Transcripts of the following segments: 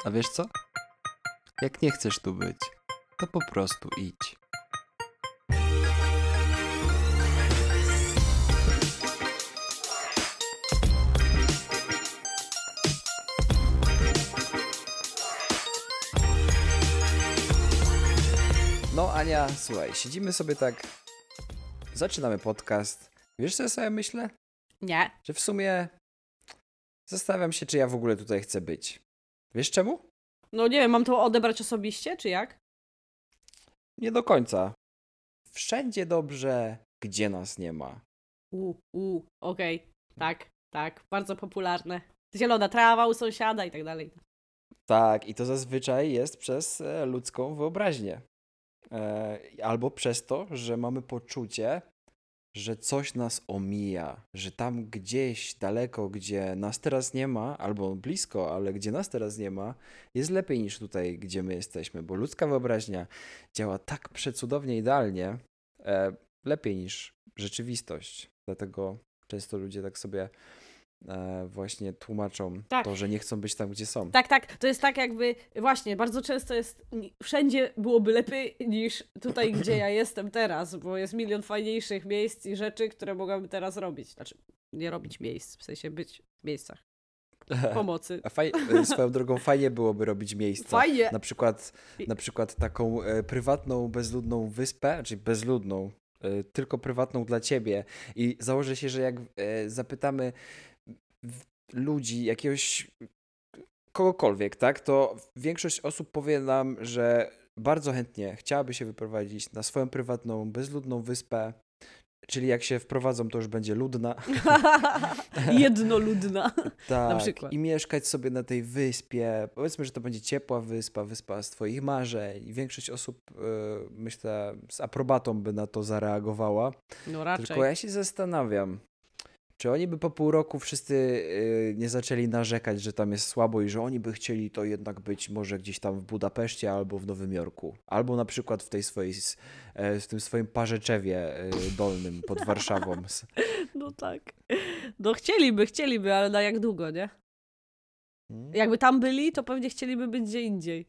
A wiesz co? Jak nie chcesz tu być, to po prostu idź. No Ania, słuchaj, siedzimy sobie tak, zaczynamy podcast. Wiesz co ja sobie myślę? Nie. Że w sumie zastanawiam się, czy ja w ogóle tutaj chcę być. Wiesz czemu? No nie wiem, mam to odebrać osobiście, czy jak? Nie do końca. Wszędzie dobrze, gdzie nas nie ma. Okej. Tak, bardzo popularne. Zielona trawa u sąsiada i tak dalej. Tak, i to zazwyczaj jest przez ludzką wyobraźnię. Albo przez to, że mamy poczucie, że coś nas omija, że tam gdzieś daleko, gdzie nas teraz nie ma, albo blisko, ale gdzie nas teraz nie ma, jest lepiej niż tutaj, gdzie my jesteśmy, bo ludzka wyobraźnia działa tak przecudownie idealnie, lepiej niż rzeczywistość. Dlatego często ludzie tak sobie właśnie tłumaczą to, że nie chcą być tam, gdzie są. Tak. To jest tak jakby, właśnie, bardzo często jest, wszędzie byłoby lepiej niż tutaj, gdzie ja jestem teraz, bo jest milion fajniejszych miejsc i rzeczy, które mogłabym teraz robić. Znaczy, nie robić miejsc, w sensie być w miejscach pomocy. Swoją drogą fajnie byłoby robić miejsca. Fajnie. Na przykład taką prywatną, bezludną wyspę, czyli bezludną, tylko prywatną dla ciebie. I założę się, że jak zapytamy ludzi, jakiegoś kogokolwiek, tak, to większość osób powie nam, że bardzo chętnie chciałaby się wyprowadzić na swoją prywatną, bezludną wyspę, czyli jak się wprowadzą, to już będzie ludna. Jednoludna. Tak, na przykład. I mieszkać sobie na tej wyspie. Powiedzmy, że to będzie ciepła wyspa z twoich marzeń. I większość osób, myślę, z aprobatą by na to zareagowała. No raczej. Tylko ja się zastanawiam, czy oni by po pół roku wszyscy nie zaczęli narzekać, że tam jest słabo i że oni by chcieli to jednak być może gdzieś tam w Budapeszcie albo w Nowym Jorku. Albo na przykład w tym swoim Parzeczewie Dolnym pod Warszawą. No tak. No chcieliby, ale na jak długo, nie? Jakby tam byli, to pewnie chcieliby być gdzie indziej.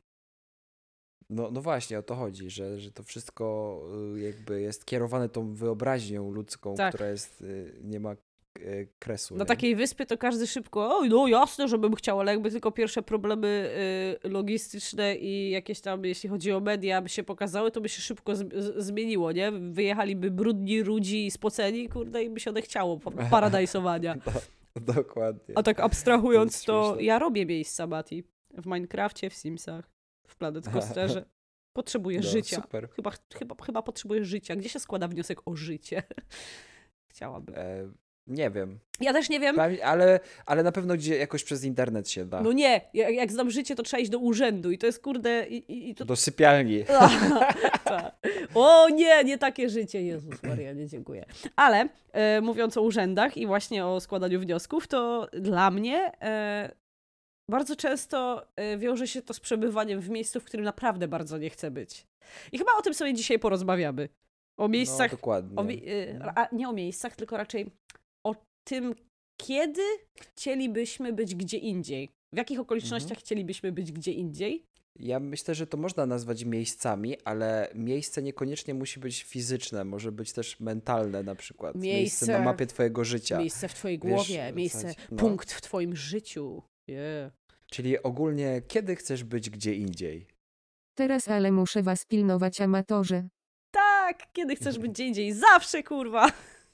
No właśnie, o to chodzi, że to wszystko jakby jest kierowane tą wyobraźnią ludzką, Tak. która jest, nie ma kresu. Na nie? takiej wyspie to każdy szybko, oj, no jasne, że bym chciał, ale jakby tylko pierwsze problemy logistyczne i jakieś tam, jeśli chodzi o media, by się pokazały, to by się szybko zmieniło, nie? Wyjechaliby brudni, rudzi i spoceni, kurde, i by się odechciało paradajsowania. Dokładnie. A tak abstrahując, To jest to śmieszne. ja robię miejsca, Mati. W Minecrafcie, w Simsach, w Planet Coasterze. Potrzebuję No, życia. super. Chyba potrzebuję życia. Gdzie się składa wniosek o życie? Chciałabym. Nie wiem. Ja też nie wiem. Ale na pewno gdzie jakoś przez internet się da. No nie, jak znam życie, to trzeba iść do urzędu i to jest kurde... I to... Do sypialni. Tak. O nie takie życie, Jezus Maria, nie dziękuję. Ale mówiąc o urzędach i właśnie o składaniu wniosków, to dla mnie bardzo często wiąże się to z przebywaniem w miejscu, w którym naprawdę bardzo nie chcę być. I chyba o tym sobie dzisiaj porozmawiamy. O miejscach... No, dokładnie. Nie o miejscach, tylko raczej o tym, kiedy chcielibyśmy być gdzie indziej. W jakich okolicznościach chcielibyśmy być gdzie indziej? Ja myślę, że to można nazwać miejscami, ale miejsce niekoniecznie musi być fizyczne, może być też mentalne na przykład. Miejsce na mapie twojego życia. Miejsce w twojej głowie, punkt w twoim życiu. Yeah. Czyli ogólnie, kiedy chcesz być gdzie indziej? Teraz ale muszę was pilnować, amatorzy. Tak, kiedy chcesz być gdzie indziej? Zawsze, kurwa!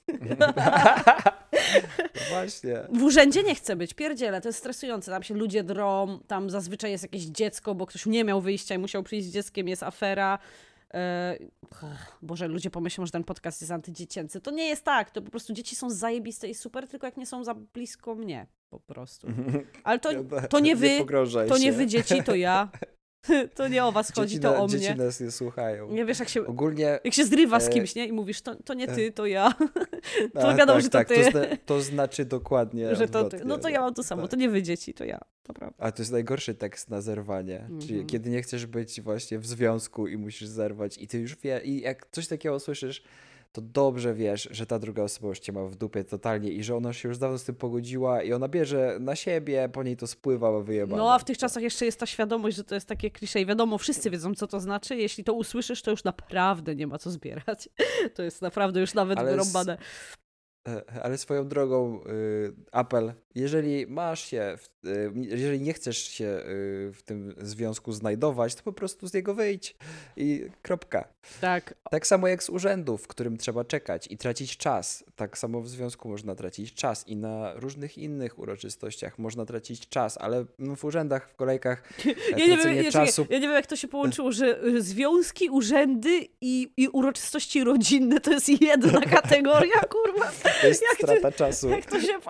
Właśnie. W urzędzie nie chcę być, pierdziele, to jest stresujące. Tam się ludzie drą, tam zazwyczaj jest jakieś dziecko, bo ktoś nie miał wyjścia i musiał przyjść z dzieckiem, jest afera. Boże, ludzie pomyślą, że ten podcast jest antydziecięcy. To nie jest tak, to po prostu dzieci są zajebiste i super, tylko jak nie są za blisko mnie, po prostu. Ale to nie wy, to nie wy dzieci, to ja. To nie o was chodzi, to o mnie. Dzieci nas nie słuchają. Nie wiesz, Ogólnie, jak się zrywa z kimś, nie? I mówisz, to nie ty, to ja. To wiadomo, że to ty. To znaczy dokładnie że to ty. odwrotnie. No to ja mam to samo, to nie wy dzieci, to ja. To prawda. A to jest najgorszy tekst na zerwanie. Czyli kiedy nie chcesz być właśnie w związku i musisz zerwać i ty już i jak coś takiego słyszysz, to dobrze wiesz, że ta druga osoba już cię ma w dupie totalnie i że ona się już dawno z tym pogodziła i ona bierze na siebie, po niej to spływa wyjebane. No a w tych czasach jeszcze jest ta świadomość, że to jest takie klisze i wiadomo, wszyscy wiedzą, co to znaczy. Jeśli to usłyszysz, to już naprawdę nie ma co zbierać. To jest naprawdę już nawet wyrąbane. Ale swoją drogą apel, jeżeli masz się, jeżeli nie chcesz się w tym związku znajdować, to po prostu z niego wyjdź i kropka. Tak. Tak samo jak z urzędu, w którym trzeba czekać i tracić czas. Tak samo w związku można tracić czas i na różnych innych uroczystościach można tracić czas, ale w urzędach, w kolejkach tracenie czasu... Ja nie wiem, jak to się połączyło, że związki, urzędy i uroczystości rodzinne to jest jedna kategoria, kurwa. To jest strata czasu. Jak to się...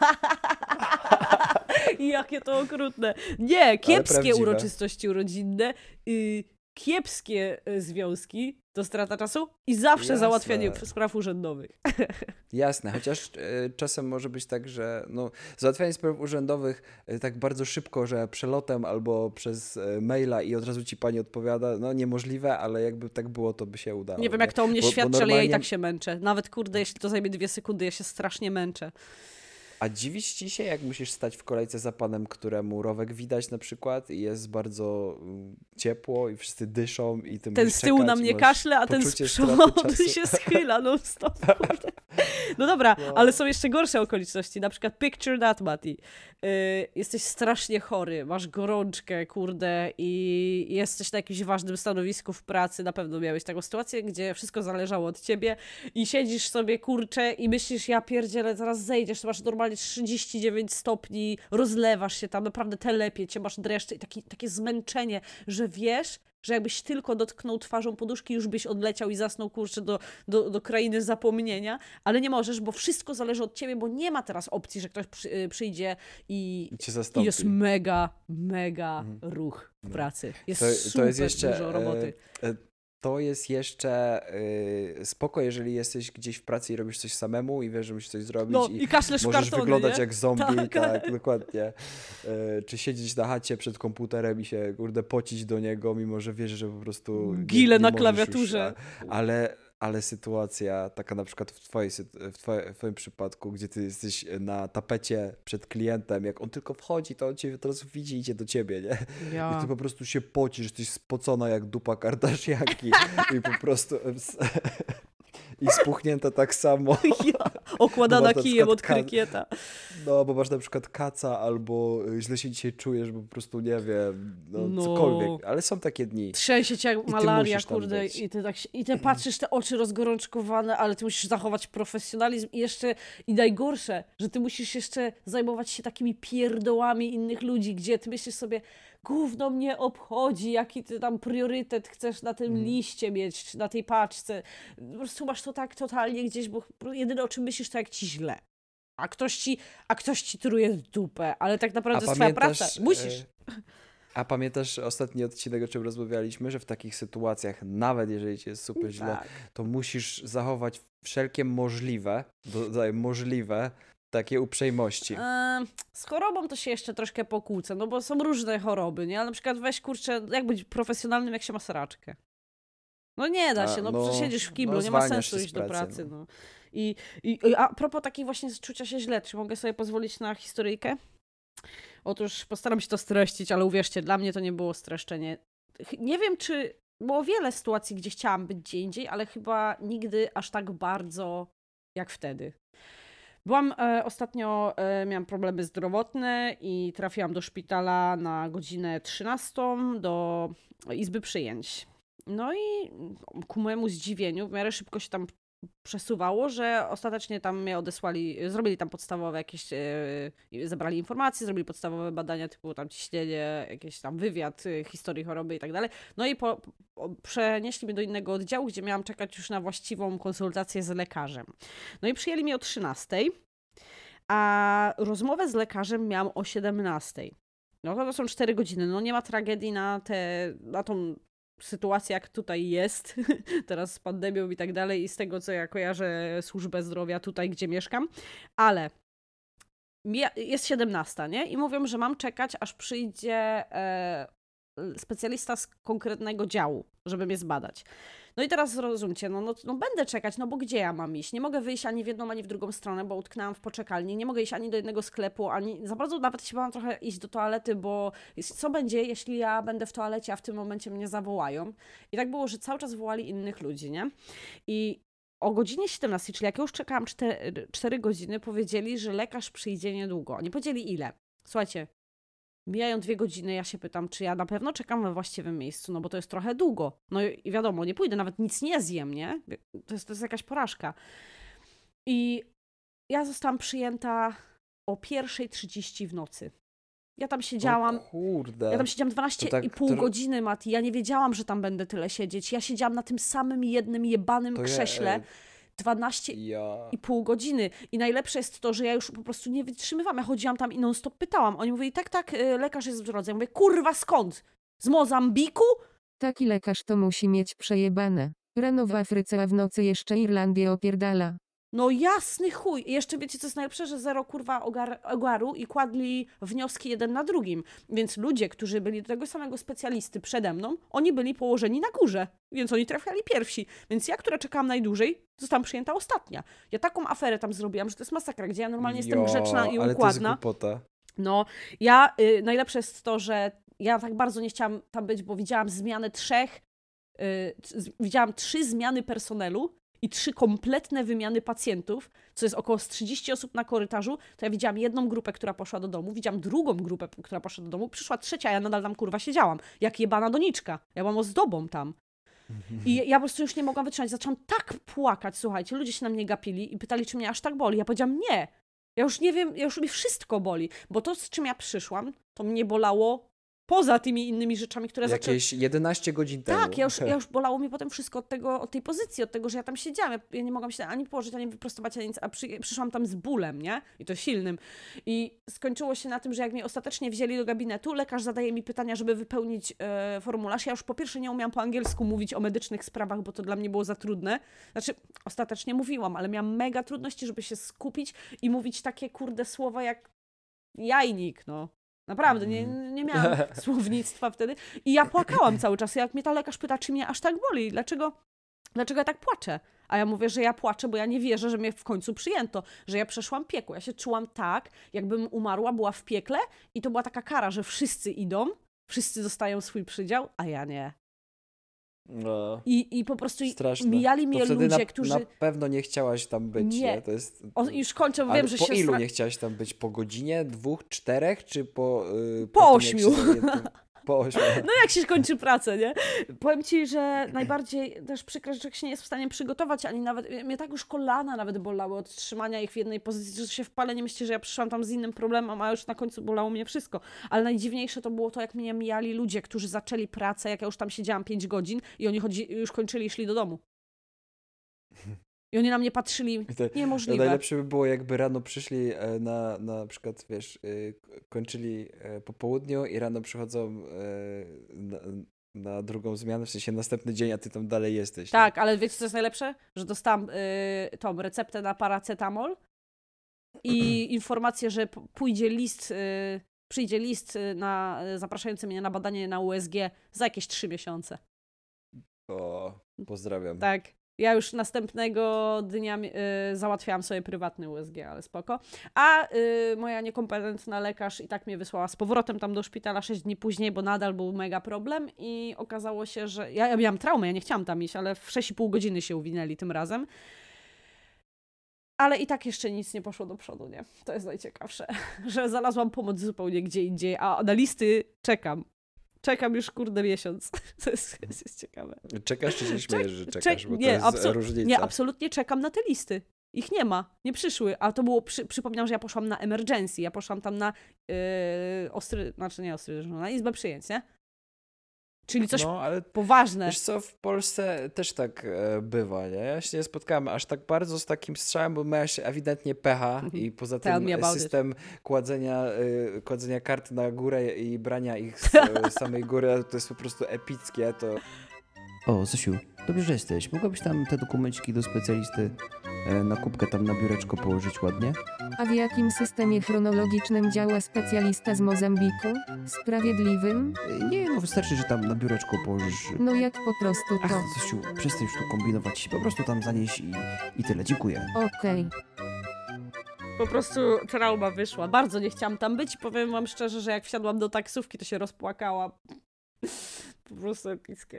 Jakie to okrutne. Nie, kiepskie uroczystości rodzinne, kiepskie związki to strata czasu i zawsze załatwianie spraw urzędowych. Jasne, chociaż czasem może być tak, że załatwianie spraw urzędowych tak bardzo szybko, że przelotem albo przez maila i od razu ci pani odpowiada, niemożliwe, ale jakby tak było, to by się udało. Nie wiem, jak to o mnie świadczy, ale ja i tak się męczę. Nawet kurde, jeśli to zajmie 2 sekundy, ja się strasznie męczę. A dziwisz ci się, jak musisz stać w kolejce za panem, któremu rowek widać na przykład i jest bardzo ciepło i wszyscy dyszą i ty ten z tyłu na mnie kaszle, a ten z przodu się schyla non-stop. No dobra, ale są jeszcze gorsze okoliczności. Na przykład picture that, Mati. Jesteś strasznie chory, masz gorączkę, kurde, i jesteś na jakimś ważnym stanowisku w pracy. Na pewno miałeś taką sytuację, gdzie wszystko zależało od ciebie i siedzisz sobie, kurczę, i myślisz, ja pierdzielę, zaraz zejdziesz, masz normalnie 39 stopni, rozlewasz się tam, naprawdę telepie cię, masz dreszcze i takie zmęczenie, że wiesz, że jakbyś tylko dotknął twarzą poduszki, już byś odleciał i zasnął, kurczę, do krainy zapomnienia, ale nie możesz, bo wszystko zależy od ciebie, bo nie ma teraz opcji, że ktoś przyjdzie i jest mega ruch w pracy. Jest super dużo roboty. To jest jeszcze spoko, jeżeli jesteś gdzieś w pracy i robisz coś samemu i wiesz, że musisz coś zrobić i kaszlesz w możesz kartony, wyglądać nie? jak zombie, tak, dokładnie. Czy siedzieć na chacie przed komputerem i się, kurde, pocić do niego, mimo że wiesz, że po prostu gile nie na możesz klawiaturze. Już, ale sytuacja taka na przykład w twoim przypadku, gdzie ty jesteś na tapecie przed klientem, jak on tylko wchodzi, to on cię od razu widzi i idzie do ciebie, nie? I ty po prostu się pocisz, jesteś spocona jak dupa Kardashianki i po prostu i spuchnięta tak samo. Okładana kijem od krykieta. No, bo masz na przykład kaca albo źle się dzisiaj czujesz, bo po prostu nie wiem, cokolwiek. Ale są takie dni. Trzęsie cię jak malaria, kurde, i ty patrzysz, te oczy rozgorączkowane, ale ty musisz zachować profesjonalizm i najgorsze, że ty musisz jeszcze zajmować się takimi pierdołami innych ludzi, gdzie ty myślisz sobie, gówno mnie obchodzi, jaki ty tam priorytet chcesz na tym liście mieć, czy na tej paczce. Po prostu masz to tak totalnie gdzieś, bo jedyne o czym myślisz, to jak ci źle. A ktoś ci truje w dupę, ale tak naprawdę to jest twoja praca. Musisz. A pamiętasz ostatni odcinek, o czym rozmawialiśmy, że w takich sytuacjach, nawet jeżeli ci jest super źle, to musisz zachować wszelkie możliwe takie uprzejmości. Z chorobą to się jeszcze troszkę pokłócę, no bo są różne choroby, nie? Ale na przykład weź, kurczę, jak być profesjonalnym, jak się ma sraczkę. No nie da się, przesiedzisz w kiblu, nie ma sensu iść do pracy. No. A propos takich właśnie czucia się źle, czy mogę sobie pozwolić na historyjkę? Otóż postaram się to streścić, ale uwierzcie, dla mnie to nie było streszczenie. Nie wiem, czy było wiele sytuacji, gdzie chciałam być gdzie indziej, ale chyba nigdy aż tak bardzo jak wtedy. Ostatnio miałam problemy zdrowotne i trafiłam do szpitala na godzinę 13 do izby przyjęć. No i ku mojemu zdziwieniu w miarę szybko się tam przesuwało, że ostatecznie tam mnie odesłali, zrobili tam podstawowe jakieś, zebrali informacje, zrobili podstawowe badania typu tam ciśnienie, jakiś tam wywiad, historii choroby i tak dalej. No i przenieśli mnie do innego oddziału, gdzie miałam czekać już na właściwą konsultację z lekarzem. No i przyjęli mnie o 13, a rozmowę z lekarzem miałam o 17. No to są 4 godziny. No nie ma tragedii na tą sytuację, jak tutaj jest, teraz z pandemią i tak dalej i z tego, co ja kojarzę służbę zdrowia tutaj, gdzie mieszkam, ale jest 17, nie? I mówią, że mam czekać, aż przyjdzie specjalista z konkretnego działu, żeby mnie zbadać. No i teraz zrozumcie, no będę czekać, no bo gdzie ja mam iść? Nie mogę wyjść ani w jedną, ani w drugą stronę, bo utknęłam w poczekalni. Nie mogę iść ani do jednego sklepu, ani za bardzo nawet się bałam trochę iść do toalety, bo co będzie, jeśli ja będę w toalecie, a w tym momencie mnie zawołają? I tak było, że cały czas wołali innych ludzi, nie? I o godzinie 17, czyli jak już czekałam 4 godziny, powiedzieli, że lekarz przyjdzie niedługo. Nie powiedzieli ile. Słuchajcie, mijają 2 godziny, ja się pytam, czy ja na pewno czekam we właściwym miejscu, no bo to jest trochę długo. No i wiadomo, nie pójdę, nawet nic nie zjem, nie? To jest jakaś porażka. I ja zostałam przyjęta o 1:30 w nocy. Ja tam siedziałam. O kurde. Ja tam siedziałam 12,5 godziny, Mati. Ja nie wiedziałam, że tam będę tyle siedzieć. Ja siedziałam na tym samym jednym jebanym krześle 12,5 godziny. I najlepsze jest to, że ja już po prostu nie wytrzymywałam. Ja chodziłam tam i non-stop pytałam. Oni mówili, tak, lekarz jest w drodze. Ja mówię, kurwa, skąd? Z Mozambiku? Taki lekarz to musi mieć przejebane. Rano w Afryce, a w nocy jeszcze Irlandię opierdala. No jasny chuj. I jeszcze wiecie, co jest najlepsze, że zero kurwa ogaru i kładli wnioski jeden na drugim. Więc ludzie, którzy byli do tego samego specjalisty przede mną, oni byli położeni na górze. Więc oni trafiali pierwsi. Więc ja, która czekałam najdłużej, zostałam przyjęta ostatnia. Ja taką aferę tam zrobiłam, że to jest masakra, gdzie ja normalnie jestem grzeczna i ale układna. to jest głupota. No, najlepsze jest to, że ja tak bardzo nie chciałam tam być, bo widziałam zmianę widziałam 3 zmiany personelu i 3 kompletne wymiany pacjentów, co jest około 30 osób na korytarzu, to ja widziałam jedną grupę, która poszła do domu, widziałam drugą grupę, która poszła do domu, przyszła trzecia, a ja nadal tam kurwa siedziałam, jak jebana doniczka. Ja byłam ozdobą tam. I ja po prostu już nie mogłam wytrzymać. Zaczęłam tak płakać, słuchajcie, ludzie się na mnie gapili i pytali, czy mnie aż tak boli. Ja powiedziałam, nie, ja już nie wiem, już mi wszystko boli, bo to, z czym ja przyszłam, to mnie bolało poza tymi innymi rzeczami, które Jakieś 11 godzin temu. Tak, ja już bolało mnie potem wszystko od tej pozycji, od tego, że ja tam siedziałam. Ja nie mogłam się ani położyć, ani wyprostować, ani nic, a przyszłam tam z bólem, nie? I to silnym. I skończyło się na tym, że jak mnie ostatecznie wzięli do gabinetu, lekarz zadaje mi pytania, żeby wypełnić formularz. Ja już po pierwsze nie umiałam po angielsku mówić o medycznych sprawach, bo to dla mnie było za trudne. Znaczy, ostatecznie mówiłam, ale miałam mega trudności, żeby się skupić i mówić takie kurde słowa jak jajnik, no. Naprawdę, nie miałam słownictwa wtedy. I ja płakałam cały czas. Jak mnie ta lekarz pyta, czy mnie aż tak boli, dlaczego ja tak płaczę? A ja mówię, że ja płaczę, bo ja nie wierzę, że mnie w końcu przyjęto, że ja przeszłam piekło. Ja się czułam tak, jakbym umarła, była w piekle i to była taka kara, że wszyscy idą, wszyscy dostają swój przydział, a ja nie. No. I po prostu straszne. mijali mnie to wtedy ludzie, którzy... na pewno nie chciałaś tam być, nie? To jest... już kończę, bo Ale wiem, że po się... ilu nie chciałaś tam być? Po godzinie? 2, 4? Czy po... Po tym, 8. Po 8. No jak się kończy pracę, nie? Powiem ci, że najbardziej też przykre, że człowiek się nie jest w stanie przygotować, ani nawet, mnie tak już kolana nawet bolały od trzymania ich w jednej pozycji, że się w pale nie myślcie, że ja przyszłam tam z innym problemem, a już na końcu bolało mnie wszystko. Ale najdziwniejsze to było to, jak mnie mijali ludzie, którzy zaczęli pracę, jak ja już tam siedziałam 5 godzin i oni już kończyli i szli do domu. I oni na mnie patrzyli, niemożliwe. Najlepsze by było, jakby rano przyszli na przykład, wiesz, kończyli po południu i rano przychodzą na drugą zmianę, w sensie następny dzień, a ty tam dalej jesteś. Tak, ale wiecie, co jest najlepsze? Że dostałam tą receptę na paracetamol i informację, że przyjdzie list zapraszający mnie na badanie na USG za jakieś 3 miesiące. O, pozdrawiam. Tak. Ja już następnego dnia załatwiałam sobie prywatny USG, ale spoko. A moja niekompetentna lekarz i tak mnie wysłała z powrotem tam do szpitala 6 dni później, bo nadal był mega problem i okazało się, że... Ja miałam traumę, ja nie chciałam tam iść, ale w 6,5 godziny się uwinęli tym razem. Ale i tak jeszcze nic nie poszło do przodu, nie? To jest najciekawsze, że znalazłam pomoc zupełnie gdzie indziej, a na listy czekam. Czekam już, kurde, miesiąc. To jest ciekawe. Czekasz, czy się śmiejesz, że czekasz? Bo to jest różnica. Nie, absolutnie czekam na te listy. Ich nie ma. Nie przyszły. A to było, przypominam, że ja poszłam na emergency. Ja poszłam tam na na izbę przyjęć, nie? Czyli coś poważne. Wiesz co, w Polsce też tak bywa, nie? Ja się nie spotkałem aż tak bardzo z takim strzałem, bo miałaś ewidentnie pecha i poza tym system kładzenia kart na górę i brania ich z samej góry to jest po prostu epickie. To... O, Zosiu, dobrze, że jesteś. Mogłabyś tam te dokumenciki do specjalisty na kubkę tam na biureczko położyć ładnie. A w jakim systemie chronologicznym działa specjalista z Mozambiku? Sprawiedliwym? Nie, no wystarczy, że tam na biureczko położysz. No jak po prostu Ach, to. Zosiu, przestań już tu kombinować, po prostu tam zanieś i tyle, dziękuję. Okej. Po prostu trauma wyszła. Bardzo nie chciałam tam być. Powiem wam szczerze, że jak wsiadłam do taksówki, to się rozpłakałam. Po prostu epickie.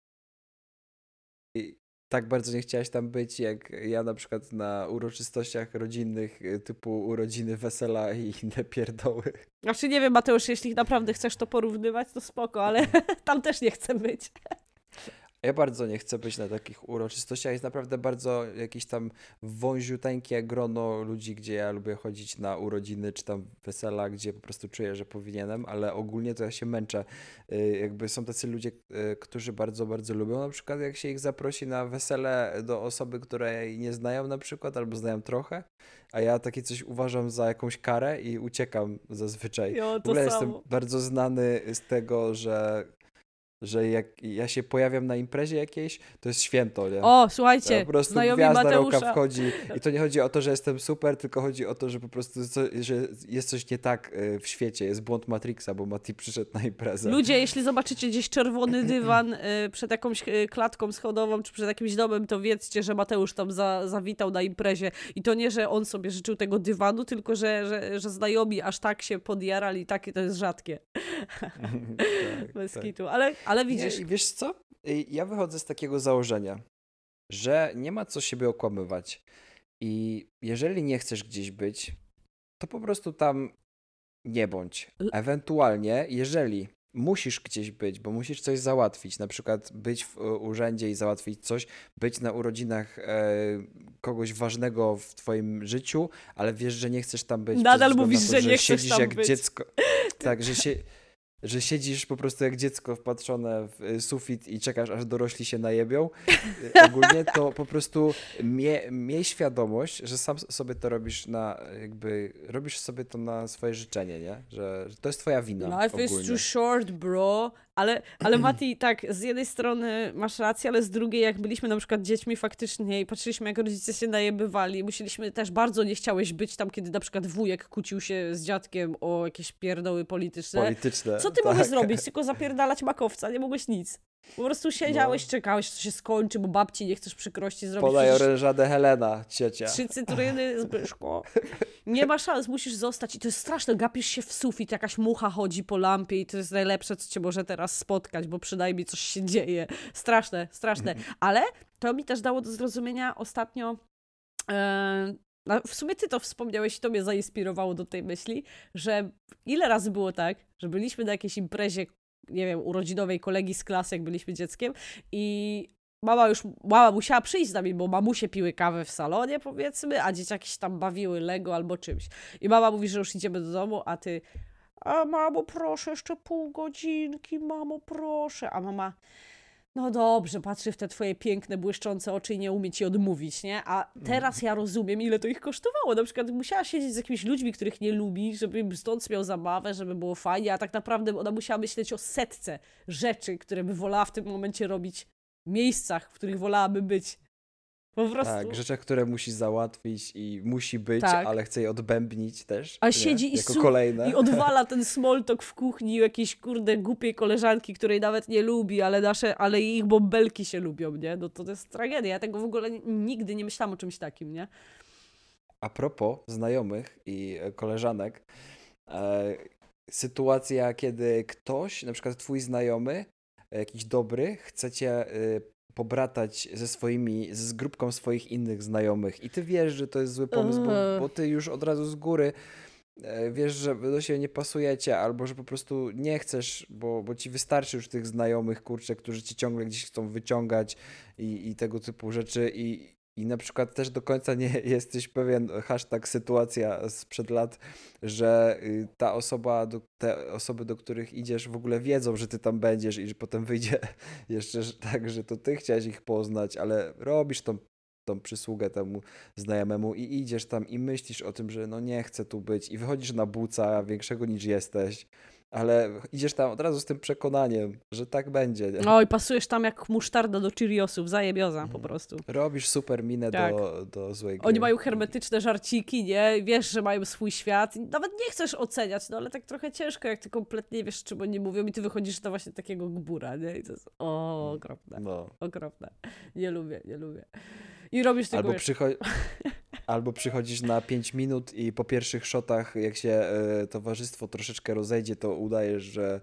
I tak bardzo nie chciałaś tam być, jak ja na przykład na uroczystościach rodzinnych, typu urodziny, wesela i inne pierdoły. Znaczy nie wiem, Mateusz, jeśli naprawdę chcesz to porównywać, to spoko, ale tam też nie chcę być. Ja bardzo nie chcę być na takich uroczystościach. Jest naprawdę bardzo jakieś tam wąziuteńkie grono ludzi, gdzie ja lubię chodzić na urodziny czy tam wesela, gdzie po prostu czuję, że powinienem, ale ogólnie to ja się męczę. Jakby są tacy ludzie, którzy bardzo, bardzo lubią, na przykład jak się ich zaprosi na wesele do osoby, której nie znają na przykład, albo znają trochę, a ja takie coś uważam za jakąś karę i uciekam zazwyczaj. Jo, W to ogóle samo. jestem bardzo znany z tego, że jak ja się pojawiam na imprezie jakiejś, to jest święto, nie? O, słuchajcie, Po prostu znajomi gwiazda Mateusza. roka wchodzi i to nie chodzi o to, że jestem super, tylko chodzi o to, że po prostu że jest coś nie tak w świecie, jest błąd Matrixa, bo Mati przyszedł na imprezę. Ludzie, jeśli zobaczycie gdzieś czerwony dywan przed jakąś klatką schodową czy przed jakimś domem, to wiedzcie, że Mateusz tam zawitał na imprezie. I to nie, że on sobie życzył tego dywanu, tylko że znajomi aż tak się podjarali, takie to jest rzadkie. Bez tak. kitu. Ale widzisz, Nie, i wiesz co? Ja wychodzę z takiego założenia, że nie ma co siebie okłamywać. I jeżeli nie chcesz gdzieś być, to po prostu tam nie bądź. Ewentualnie, jeżeli musisz gdzieś być, bo musisz coś załatwić, na przykład być w urzędzie i załatwić coś, być na urodzinach kogoś ważnego w twoim życiu, ale wiesz, że nie chcesz tam być. Nadal przez wzgląd mówisz, na to, że nie chcesz siedzisz tam jak być. dziecko. Tak, że siedzisz po prostu jak dziecko wpatrzone w sufit i czekasz, aż dorośli się najebią. Ogólnie to po prostu miej świadomość, że sam sobie to robisz robisz sobie to na swoje życzenie, nie? Że to jest twoja wina Life is ogólnie. too short, bro. Ale Mati, tak, z jednej strony masz rację, ale z drugiej, jak byliśmy na przykład dziećmi faktycznie i patrzyliśmy, jak rodzice się najebywali, musieliśmy też bardzo nie chciałeś być tam, kiedy na przykład wujek kłócił się z dziadkiem o jakieś pierdoły polityczne. Co ty mogłeś zrobić? Tylko zapierdalać makowca, nie mogłeś nic. Po prostu siedziałeś, czekałeś, co się skończy, bo babci nie chcesz przykrości zrobić. Podaj Przecież orężadę Helena, ciocia. 3 cytryny, Zbyszko. Nie ma szans, musisz zostać. I to jest straszne, gapisz się w sufit, jakaś mucha chodzi po lampie i to jest najlepsze, co cię może teraz spotkać, bo przynajmniej coś się dzieje. Straszne, straszne. Ale to mi też dało do zrozumienia ostatnio, w sumie ty to wspomniałeś i to mnie zainspirowało do tej myśli, że ile razy było tak, że byliśmy na jakiejś imprezie, nie wiem, urodzinowej kolegi z klasy, jak byliśmy dzieckiem i mama musiała przyjść z nami, bo mamusie piły kawę w salonie, powiedzmy, a dzieciaki się tam bawiły Lego albo czymś. I mama mówi, że już idziemy do domu, a ty, a mamo, proszę, jeszcze pół godzinki, mamo, proszę. A mama, no dobrze, patrzy w te twoje piękne, błyszczące oczy i nie umie ci odmówić, nie? A teraz ja rozumiem, ile to ich kosztowało. Na przykład musiała siedzieć z jakimiś ludźmi, których nie lubi, żeby stąd miał zabawę, żeby było fajnie, a tak naprawdę ona musiała myśleć o setce rzeczy, które by wolała w tym momencie robić, miejscach, w których wolałaby być. Po prostu. Tak, rzeczach, które musi załatwić i musi być, Tak. ale chce je odbębnić też. A nie? siedzi jako kolejne. i odwala ten small talk w kuchni jakiejś, kurde, głupiej koleżanki, której nawet nie lubi, ale ich bąbelki się lubią, nie? No to jest tragedia. Ja tego w ogóle nigdy nie myślałam o czymś takim, nie? A propos znajomych i koleżanek, sytuacja, kiedy ktoś, na przykład twój znajomy, jakiś dobry, chce cię pobratać z grupką swoich innych znajomych i ty wiesz, że to jest zły pomysł, bo ty już od razu z góry wiesz, że wy do siebie nie pasujecie, albo że po prostu nie chcesz, bo ci wystarczy już tych znajomych, kurczę, którzy ci ciągle gdzieś chcą wyciągać i tego typu rzeczy i na przykład też do końca nie jesteś pewien, #sytuacja sprzed lat, że te osoby, do których idziesz, w ogóle wiedzą, że ty tam będziesz i że potem wyjdzie jeszcze tak, że to ty chciałeś ich poznać, ale robisz tą tą przysługę temu znajomemu i idziesz tam i myślisz o tym, że no nie chcę tu być i wychodzisz na buca większego niż jesteś, ale idziesz tam od razu z tym przekonaniem, że tak będzie, nie? Oj, pasujesz tam jak musztarda do Cheeriosów, zajebioza po prostu. Robisz super minę Tak. do złej gry. Oni mają hermetyczne żarciki, nie? Wiesz, że mają swój świat. Nawet nie chcesz oceniać, no ale tak trochę ciężko, jak ty kompletnie nie wiesz, czym oni mówią i ty wychodzisz na właśnie takiego gbura, nie? I to jest okropne. No. Okropne. Nie lubię. I robisz tego Albo przychodzisz na 5 minut i po pierwszych shotach, jak się towarzystwo troszeczkę rozejdzie, to udajesz,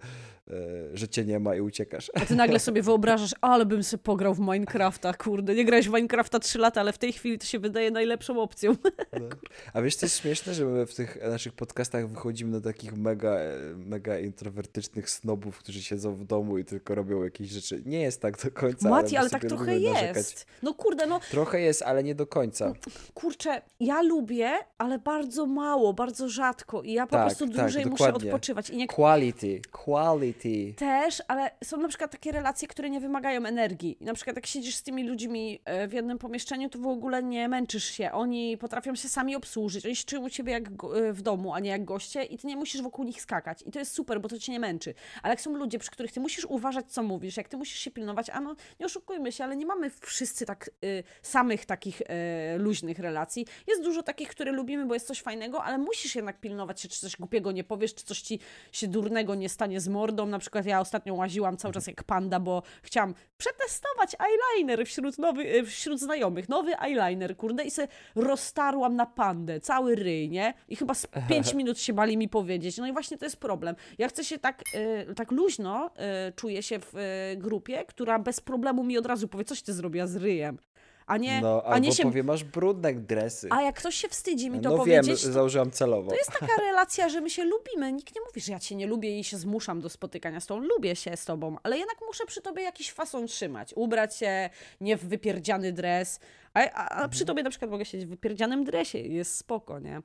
że cię nie ma i uciekasz. A ty nagle sobie wyobrażasz, ale bym sobie pograł w Minecrafta, kurde. Nie grałeś w Minecrafta 3 lata, ale w tej chwili to się wydaje najlepszą opcją. No. A wiesz, co jest śmieszne, że my w tych naszych podcastach wychodzimy na takich mega introwertycznych snobów, którzy siedzą w domu i tylko robią jakieś rzeczy. Nie jest tak do końca. Mati, ale my tak sobie trochę lubimy jest. narzekać. No kurde, no Trochę jest, ale nie do końca. kurczę, ja lubię, ale bardzo mało, bardzo rzadko i ja po Tak, prostu tak, dłużej muszę dokładnie. odpoczywać. I nie Quality. też, ale są na przykład takie relacje, które nie wymagają energii. I na przykład jak siedzisz z tymi ludźmi w jednym pomieszczeniu, to w ogóle nie męczysz się. Oni potrafią się sami obsłużyć. Oni się czują u ciebie jak w domu, a nie jak goście i ty nie musisz wokół nich skakać. I to jest super, bo to cię nie męczy. Ale jak są ludzie, przy których ty musisz uważać, co mówisz, jak ty musisz się pilnować, a no nie oszukujmy się, ale nie mamy wszyscy tak samych takich luźnych relacji. Jest dużo takich, które lubimy, bo jest coś fajnego, ale musisz jednak pilnować się, czy coś głupiego nie powiesz, czy coś ci się durnego nie stanie z mordą. Na przykład ja ostatnio łaziłam cały czas jak panda, bo chciałam przetestować eyeliner wśród znajomych. Nowy eyeliner, kurde, i sobie roztarłam na pandę, cały ryj, nie? I chyba z 5 minut się bali mi powiedzieć. No i właśnie to jest problem. Ja chcę się tak luźno czuję się w grupie, która bez problemu mi od razu powie, coś ty zrobiła z ryjem. A nie, No, a nie albo się... powie, masz brudne dresy. A jak ktoś się wstydzi mi to No powiedzieć, wiem, założyłam celowo. to jest taka relacja, że my się lubimy. Nikt nie mówi, że ja cię nie lubię i się zmuszam do spotykania z tobą. Lubię się z tobą, ale jednak muszę przy tobie jakiś fason trzymać. Ubrać się nie w wypierdziany dres. A przy tobie na przykład mogę siedzieć w wypierdzianym dresie i jest spoko, nie?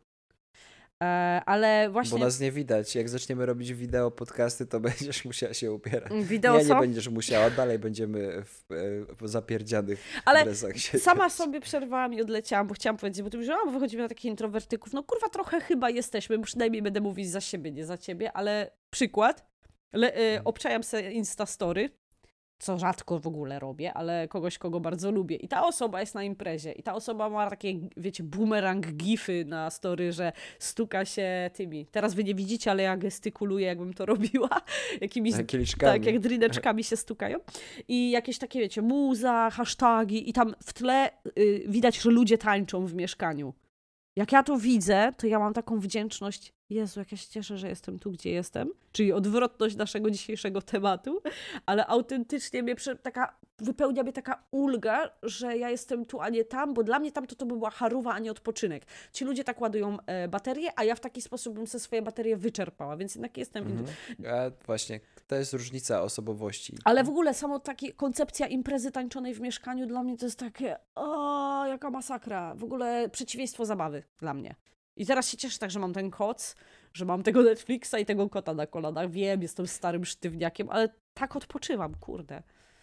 Ale właśnie... Bo nas nie widać. Jak zaczniemy robić wideo, podcasty, to będziesz musiała się upierać. Wideo Nie będziesz musiała. Dalej będziemy w zapierdzianych Ale dresach siedzieć. sama sobie przerwałam i odleciałam, bo chciałam powiedzieć, bo ty mówisz, bo wychodzimy na takich introwertyków. No kurwa, trochę chyba jesteśmy, przynajmniej będę mówić za siebie, nie za ciebie, ale przykład. Obczajam sobie Instastory, co rzadko w ogóle robię, ale kogoś, kogo bardzo lubię. I ta osoba jest na imprezie. I ta osoba ma takie, wiecie, boomerang gify na story, że stuka się tymi. Teraz wy nie widzicie, ale ja gestykuluję, jakbym to robiła. Jakimiś, kieliszkami. tak, jak drineczkami się stukają. I jakieś takie, wiecie, muza, hasztagi i tam w tle widać, że ludzie tańczą w mieszkaniu. Jak ja to widzę, to ja mam taką wdzięczność. Jezu, jak ja się cieszę, że jestem tu, gdzie jestem. Czyli odwrotność naszego dzisiejszego tematu. Ale autentycznie wypełnia mnie taka ulga, że ja jestem tu, a nie tam, bo dla mnie tam to by była charuwa, a nie odpoczynek. Ci ludzie tak ładują baterie, a ja w taki sposób bym sobie swoje baterie wyczerpała, więc jednak jestem... Właśnie, to jest różnica osobowości. Ale w ogóle samo taka koncepcja imprezy tańczonej w mieszkaniu dla mnie to jest takie, jaka masakra. W ogóle przeciwieństwo zabawy dla mnie. I teraz się cieszę tak, że mam ten koc, że mam tego Netflixa i tego kota na kolanach. Wiem, jestem starym sztywniakiem, ale tak odpoczywam, kurde.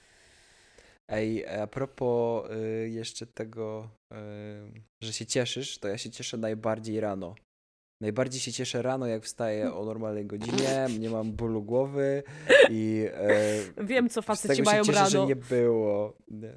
Ej, a propos jeszcze tego, że się cieszysz, to ja się cieszę najbardziej rano. Najbardziej się cieszę rano, jak wstaję o normalnej godzinie, nie mam bólu głowy i wiem, co z faceci tego mają się cieszę, rano. że nie było.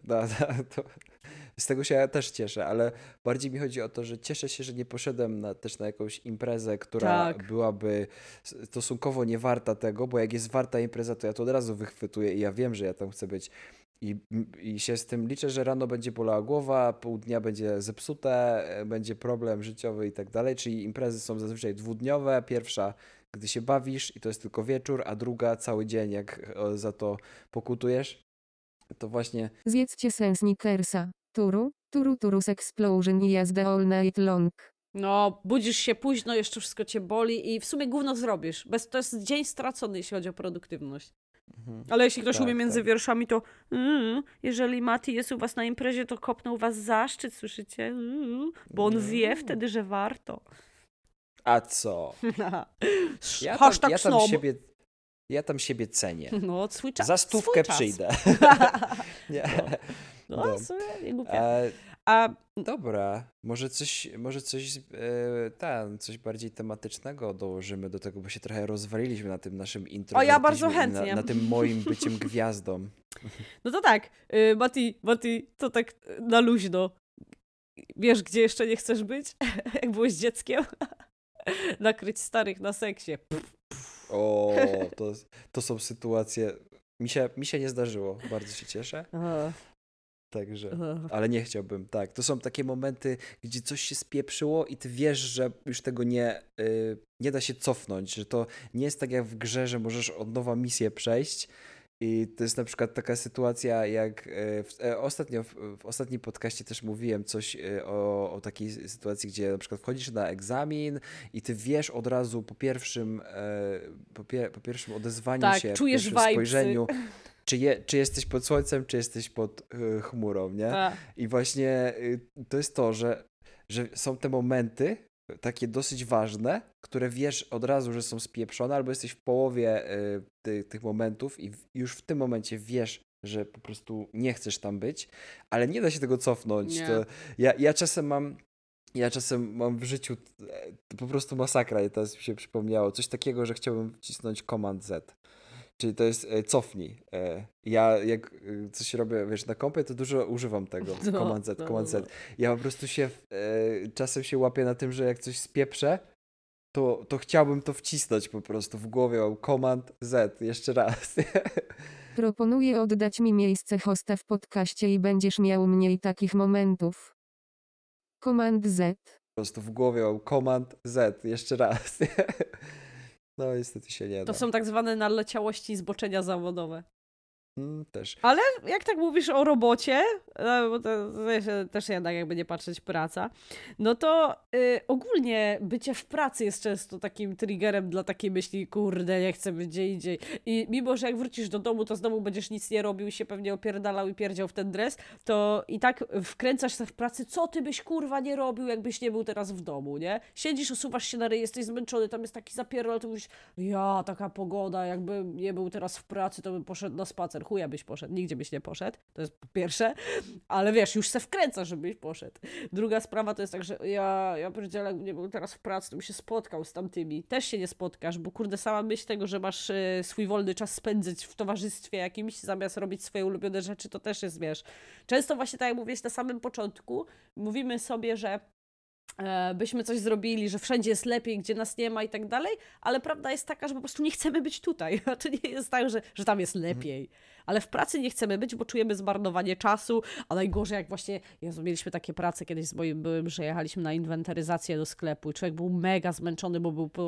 Z tego się ja też cieszę, ale bardziej mi chodzi o to, że cieszę się, że nie poszedłem też na jakąś imprezę, która byłaby stosunkowo nie warta tego, bo jak jest warta impreza, to ja to od razu wychwytuję i ja wiem, że ja tam chcę być. I się z tym liczę, że rano będzie bolała głowa, pół dnia będzie zepsute, będzie problem życiowy i tak dalej, czyli imprezy są zazwyczaj dwudniowe. Pierwsza, gdy się bawisz i to jest tylko wieczór, a druga cały dzień, jak za to pokutujesz. To właśnie... Zjedzcie sen Snickersa. Turus Explosion i jazda all night long. No, budzisz się późno, jeszcze wszystko cię boli i w sumie gówno zrobisz. To jest dzień stracony, jeśli chodzi o produktywność. Ale jeśli ktoś umie między wierszami, to jeżeli Mati jest u was na imprezie, to kopnął was zaszczyt, słyszycie? Bo on wie wtedy, że warto. A co? Ja tam siebie cenię. No, swój czas. Za 100 przyjdę. Nie. No, w sumie nie głupie. A Dobra, coś bardziej tematycznego dołożymy do tego, bo się trochę rozwaliliśmy na tym naszym ja bardzo introwertyzmie i chętnie. na tym moim byciem gwiazdą. No to tak, Mati, to tak na luźno. Wiesz, gdzie jeszcze nie chcesz być? Jak byłeś dzieckiem? Nakryć starych na seksie. O, to są sytuacje. Mi się nie zdarzyło, bardzo się cieszę. Także, ale nie chciałbym, tak. To są takie momenty, gdzie coś się spieprzyło i ty wiesz, że już tego nie da się cofnąć, że to nie jest tak jak w grze, że możesz od nowa misję przejść. I to jest na przykład taka sytuacja, jak ostatnio w ostatnim podcaście też mówiłem coś o takiej sytuacji, gdzie na przykład wchodzisz na egzamin i ty wiesz od razu po pierwszym odezwaniu tak, się, po czujesz pierwszym vibesy. spojrzeniu, czy jesteś pod słońcem, czy jesteś pod chmurą, nie? Tak. I właśnie to jest to, że są te momenty takie dosyć ważne, które wiesz od razu, że są spieprzone, albo jesteś w połowie tych momentów i już w tym momencie wiesz, że po prostu nie chcesz tam być, ale nie da się tego cofnąć. Nie. To ja czasem mam w życiu po prostu masakra i teraz mi się przypomniało coś takiego, że chciałbym wcisnąć Command Z. Czyli to jest cofnij. Ja jak coś robię, wiesz, na kompie, to dużo używam tego. Command Z. Ja po prostu czasem się łapię na tym, że jak coś spieprzę, to chciałbym to wcisnąć po prostu w głowie. Mam Command Z. Jeszcze raz. Proponuję oddać mi miejsce hosta w podcaście i będziesz miał mniej takich momentów. Command Z. Po prostu w głowie mam Command Z. Jeszcze raz. No niestety się nie da. To są tak zwane naleciałości i zboczenia zawodowe. Też. Ale jak tak mówisz o robocie, no, bo to też jednak jakby nie patrzeć praca, no to ogólnie bycie w pracy jest często takim triggerem dla takiej myśli, kurde, nie chcę być gdzie indziej. I mimo, że jak wrócisz do domu, to znowu będziesz nic nie robił i się pewnie opierdalał i pierdział w ten dres, to i tak wkręcasz się w pracy, co ty byś kurwa nie robił, jakbyś nie był teraz w domu, nie? Siedzisz, osuwasz się na ryj, jesteś zmęczony, tam jest taki zapierdol, to mówisz, ja, taka pogoda, jakbym nie był teraz w pracy, to bym poszedł na spacer. Chuja byś poszedł, nigdzie byś nie poszedł, to jest po pierwsze, ale wiesz, już se wkręca, żebyś poszedł. Druga sprawa to jest tak, że ja pierdzielę, jakbym nie był teraz w pracy, to bym się spotkał z tamtymi. Też się nie spotkasz, bo kurde, sama myśl tego, że masz swój wolny czas spędzić w towarzystwie jakimś, zamiast robić swoje ulubione rzeczy, to też jest, wiesz, często właśnie tak jak mówiłeś na samym początku, mówimy sobie, że byśmy coś zrobili, że wszędzie jest lepiej, gdzie nas nie ma i tak dalej, ale prawda jest taka, że po prostu nie chcemy być tutaj. A to nie jest tak, że tam jest lepiej. Ale w pracy nie chcemy być, bo czujemy zmarnowanie czasu, a najgorzej jak właśnie, Jezu, mieliśmy takie prace kiedyś z moim byłym, że jechaliśmy na inwentaryzację do sklepu i człowiek był mega zmęczony, bo był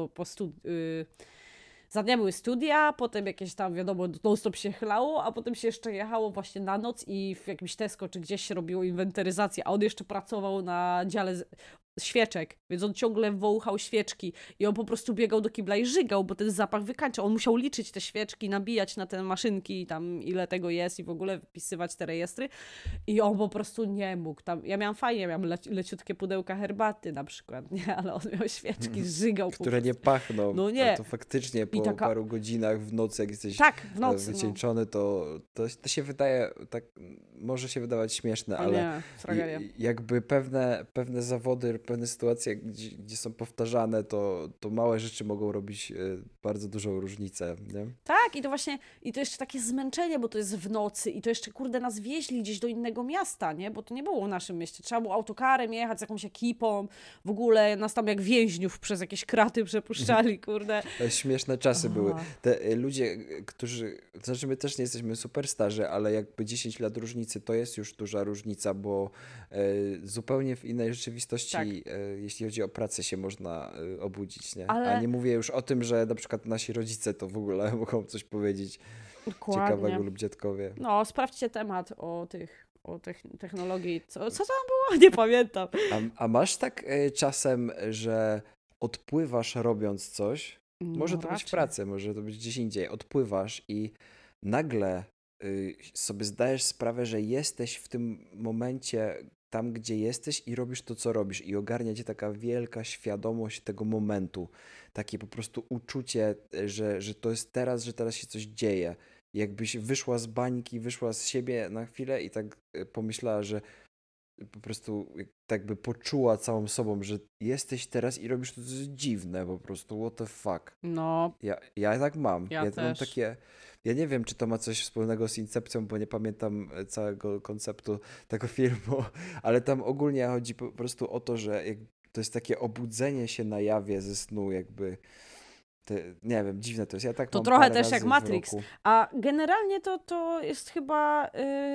za dnia były studia, potem jakieś tam, wiadomo, non-stop się chlało, a potem się jeszcze jechało właśnie na noc i w jakimś Tesco czy gdzieś się robiło inwentaryzację, a on jeszcze pracował na dziale świeczek, więc on ciągle wąchał świeczki i on po prostu biegał do kibla i żygał, bo ten zapach wykańczał. On musiał liczyć te świeczki, nabijać na te maszynki, tam ile tego jest i w ogóle wpisywać te rejestry i on po prostu nie mógł. Tam, ja miałam fajnie, miałam leciutkie pudełka herbaty na przykład, nie? Ale on miał świeczki, żygał. Które nie pachną. No nie. To faktycznie po paru godzinach w nocy, jak jesteś w nocy, wycieńczony, to się wydaje, tak może się wydawać śmieszne, ale jakby pewne zawody, pewne sytuacje, gdzie są powtarzane, to małe rzeczy mogą robić bardzo dużą różnicę, nie? Tak, i to właśnie, i to jeszcze takie zmęczenie, bo to jest w nocy i to jeszcze, kurde, nas wieźli gdzieś do innego miasta, nie? Bo to nie było w naszym mieście. Trzeba było autokarem jechać z jakąś ekipą, w ogóle nas tam jak więźniów przez jakieś kraty przepuszczali, kurde. Śmieszne czasy były. Te ludzie, to znaczy my też nie jesteśmy super starzy, ale jakby 10 lat różnicy, to jest już duża różnica, bo zupełnie w innej rzeczywistości, tak. Jeśli chodzi o pracę, się można obudzić, nie? Ale... A nie mówię już o tym, że na przykład nasi rodzice to w ogóle mogą coś powiedzieć ciekawego lub dziadkowie. No, sprawdźcie temat o technologii. Co tam było? Nie pamiętam. A masz tak czasem, że odpływasz robiąc coś? Może to być w pracy, może to być gdzieś indziej. Odpływasz i nagle sobie zdajesz sprawę, że jesteś w tym momencie tam, gdzie jesteś i robisz to, co robisz i ogarnia cię taka wielka świadomość tego momentu. Takie po prostu uczucie, że to jest teraz, że teraz się coś dzieje. Jakbyś wyszła z bańki, wyszła z siebie na chwilę i tak pomyślała, że po prostu tak by poczuła całą sobą, że jesteś teraz i robisz to, co jest dziwne po prostu, what the fuck. No, Ja tak mam. Ja Mam też. takie... Ja nie wiem, czy to ma coś wspólnego z Incepcją, bo nie pamiętam całego konceptu tego filmu, ale tam ogólnie chodzi po prostu o to, że to jest takie obudzenie się na jawie ze snu jakby. Nie wiem, dziwne to jest. Ja tak To mam trochę parę też razy jak w Matrix. roku. A generalnie to jest chyba,